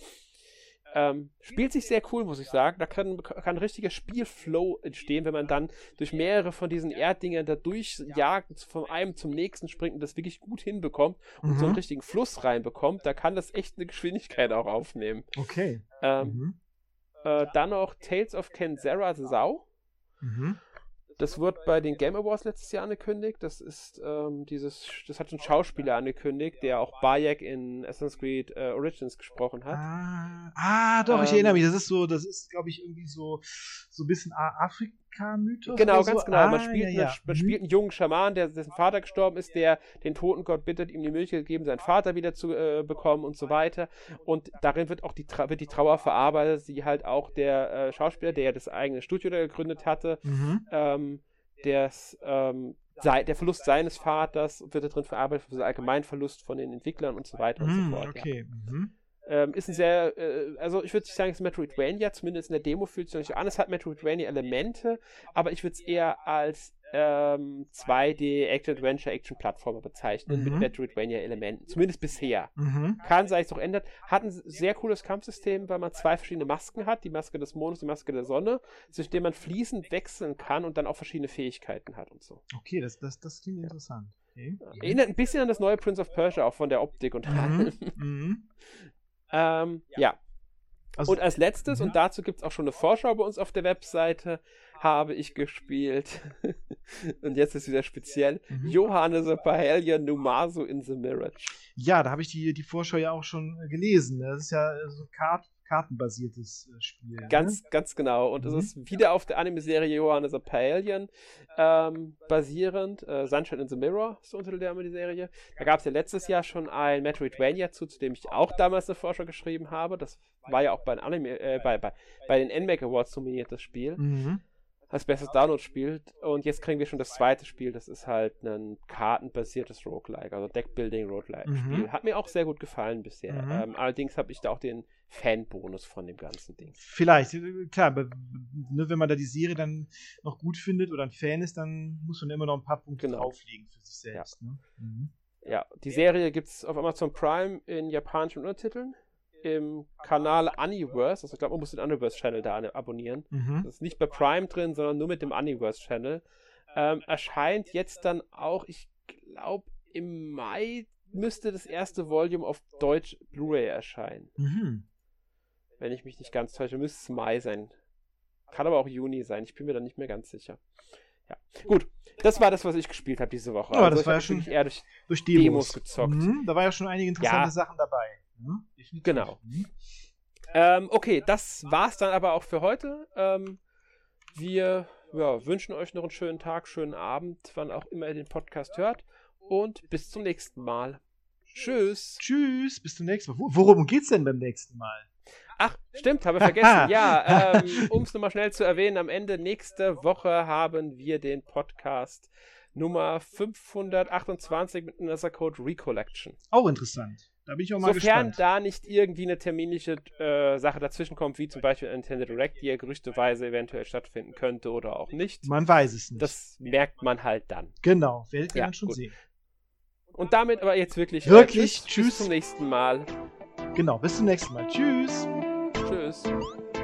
Ähm, spielt sich sehr cool, muss ich sagen. Da kann, kann ein richtiger Spielflow entstehen, wenn man dann durch mehrere von diesen Erddingern da durchjagt, von einem zum nächsten springt und das wirklich gut hinbekommt und Mhm. so einen richtigen Fluss reinbekommt. Da kann das echt eine Geschwindigkeit auch aufnehmen. Okay. Ähm, Mhm. äh, dann noch Tales of Kenzera the Sau. Mhm. Das wurde bei den Game Awards letztes Jahr angekündigt. Das ist ähm, dieses, das hat ein Schauspieler angekündigt, der auch Bayek in Assassin's Creed äh, Origins gesprochen hat. Ah, ah doch, ich Ähm, erinnere mich. Das ist so, das ist, glaube ich, irgendwie so, so ein bisschen A- Afrika-Mythos. Genau, oder ganz so. genau. Man, Ah, spielt, ja, eine, ja. man Mhm. spielt einen jungen Schaman, der, dessen Vater gestorben ist, der den Totengott bittet, ihm die Möglichkeit geben, seinen Vater wieder zu äh, bekommen und so weiter. Und darin wird auch die, Tra- wird die Trauer verarbeitet, die halt auch der äh, Schauspieler, der ja das eigene Studio da gegründet hatte, Mhm. ähm, des, ähm, sei, der Verlust seines Vaters wird da drin verarbeitet, für den Allgemeinverlust von den Entwicklern und so weiter und Mhm, so fort. okay. Mhm. Ja. Ähm, ist ein sehr, äh, also ich würde nicht sagen, es ist Metroidvania, zumindest in der Demo fühlt es sich nicht an. Es hat Metroidvania-Elemente, aber ich würde es eher als ähm, zwei D Action-Adventure-Action-Plattformer bezeichnen, Mhm. mit Metroidvania-Elementen, zumindest bisher. Mhm. Kann sein, es noch ändert. Hat ein sehr cooles Kampfsystem, weil man zwei verschiedene Masken hat, die Maske des Mondes, die Maske der Sonne, zwischen denen man fließend wechseln kann und dann auch verschiedene Fähigkeiten hat und so. Okay, das, das, das klingt interessant. Okay. Erinnert ein bisschen an das neue Prince of Persia, auch von der Optik und allem. Mhm. Mhm. ähm, ja. Also, Und als letztes, mhm. und dazu gibt es auch schon eine Vorschau bei uns auf der Webseite, habe ich gespielt, und jetzt ist wieder speziell, Mhm. Johannes Paella Numazu in the Mirage. Ja, da habe ich die, die Vorschau ja auch schon äh, gelesen. Das ist ja äh, so ein Kart kartenbasiertes äh, Spiel. Ganz, ne? ganz genau. Und Mhm. es ist wieder auf der Anime-Serie Johannes Paella ähm, basierend. Äh, Sunshine in the Mirror ist der Untertitel der die Serie. Da gab es ja letztes Jahr schon ein Metroidvania zu, zu dem ich auch damals eine Vorschau geschrieben habe. Das war ja auch bei den, Anime, äh, bei, bei, bei den N M A C Awards nominiert, das Spiel. Mhm. Als bestes Download-Spiel. Und jetzt kriegen wir schon das zweite Spiel. Das ist halt ein kartenbasiertes Roguelike, also Deckbuilding-Roguelike-Spiel. Mhm. Hat mir auch sehr gut gefallen bisher. Mhm. Ähm, allerdings habe ich da auch den Fanbonus von dem ganzen Ding. Vielleicht, äh, klar, aber, ne, wenn man da die Serie dann noch gut findet oder ein Fan ist, dann muss man immer noch ein paar Punkte Genau. drauflegen für sich selbst. Ne? Mhm. Ja, die Serie gibt es auf Amazon Prime in japanischen Untertiteln. Im Kanal Universe, also ich glaube, man muss den Universe-Channel da abonnieren. Mhm. Das ist nicht bei Prime drin, sondern nur mit dem Universe-Channel. Ähm, erscheint jetzt dann auch, ich glaube, im Mai müsste das erste Volume auf Deutsch Blu-ray erscheinen. Mhm. Wenn ich mich nicht ganz täusche, müsste es Mai sein. Kann aber auch Juni sein, ich bin mir da nicht mehr ganz sicher. Ja, gut. Das war das, was ich gespielt habe diese Woche. Ja, also das ich war hab ja schon wirklich eher durch durch Demos, Demos gezockt. Mhm. Da war ja schon einige interessante Ja. Sachen dabei. Mhm. Definitiv. Genau. Mhm. Ähm, okay, das war's dann aber auch für heute. Ähm, wir ja, wünschen euch noch einen schönen Tag, schönen Abend, wann auch immer ihr den Podcast hört. Und bis zum nächsten Mal. Tschüss. Tschüss, bis zum nächsten Mal. Wo- Worum geht's denn beim nächsten Mal? Ach, stimmt, habe vergessen. Ja, ähm, um es nochmal schnell zu erwähnen, am Ende nächste Woche haben wir den Podcast Nummer fünfhundertachtundzwanzig mit Another Code Recollection. Auch interessant. Da bin ich auch mal Sofern gespannt. da nicht irgendwie eine terminliche äh, Sache dazwischen kommt, wie zum Beispiel ein Nintendo Direct, die ja gerüchteweise eventuell stattfinden könnte oder auch nicht. Man weiß es nicht. Das merkt man halt dann. genau, werdet ihr Ja, dann schon gut. sehen. Und damit aber jetzt wirklich, Wirklich, äh, tschüss, tschüss. bis zum nächsten Mal. Genau, bis zum nächsten Mal. Tschüss. Tschüss.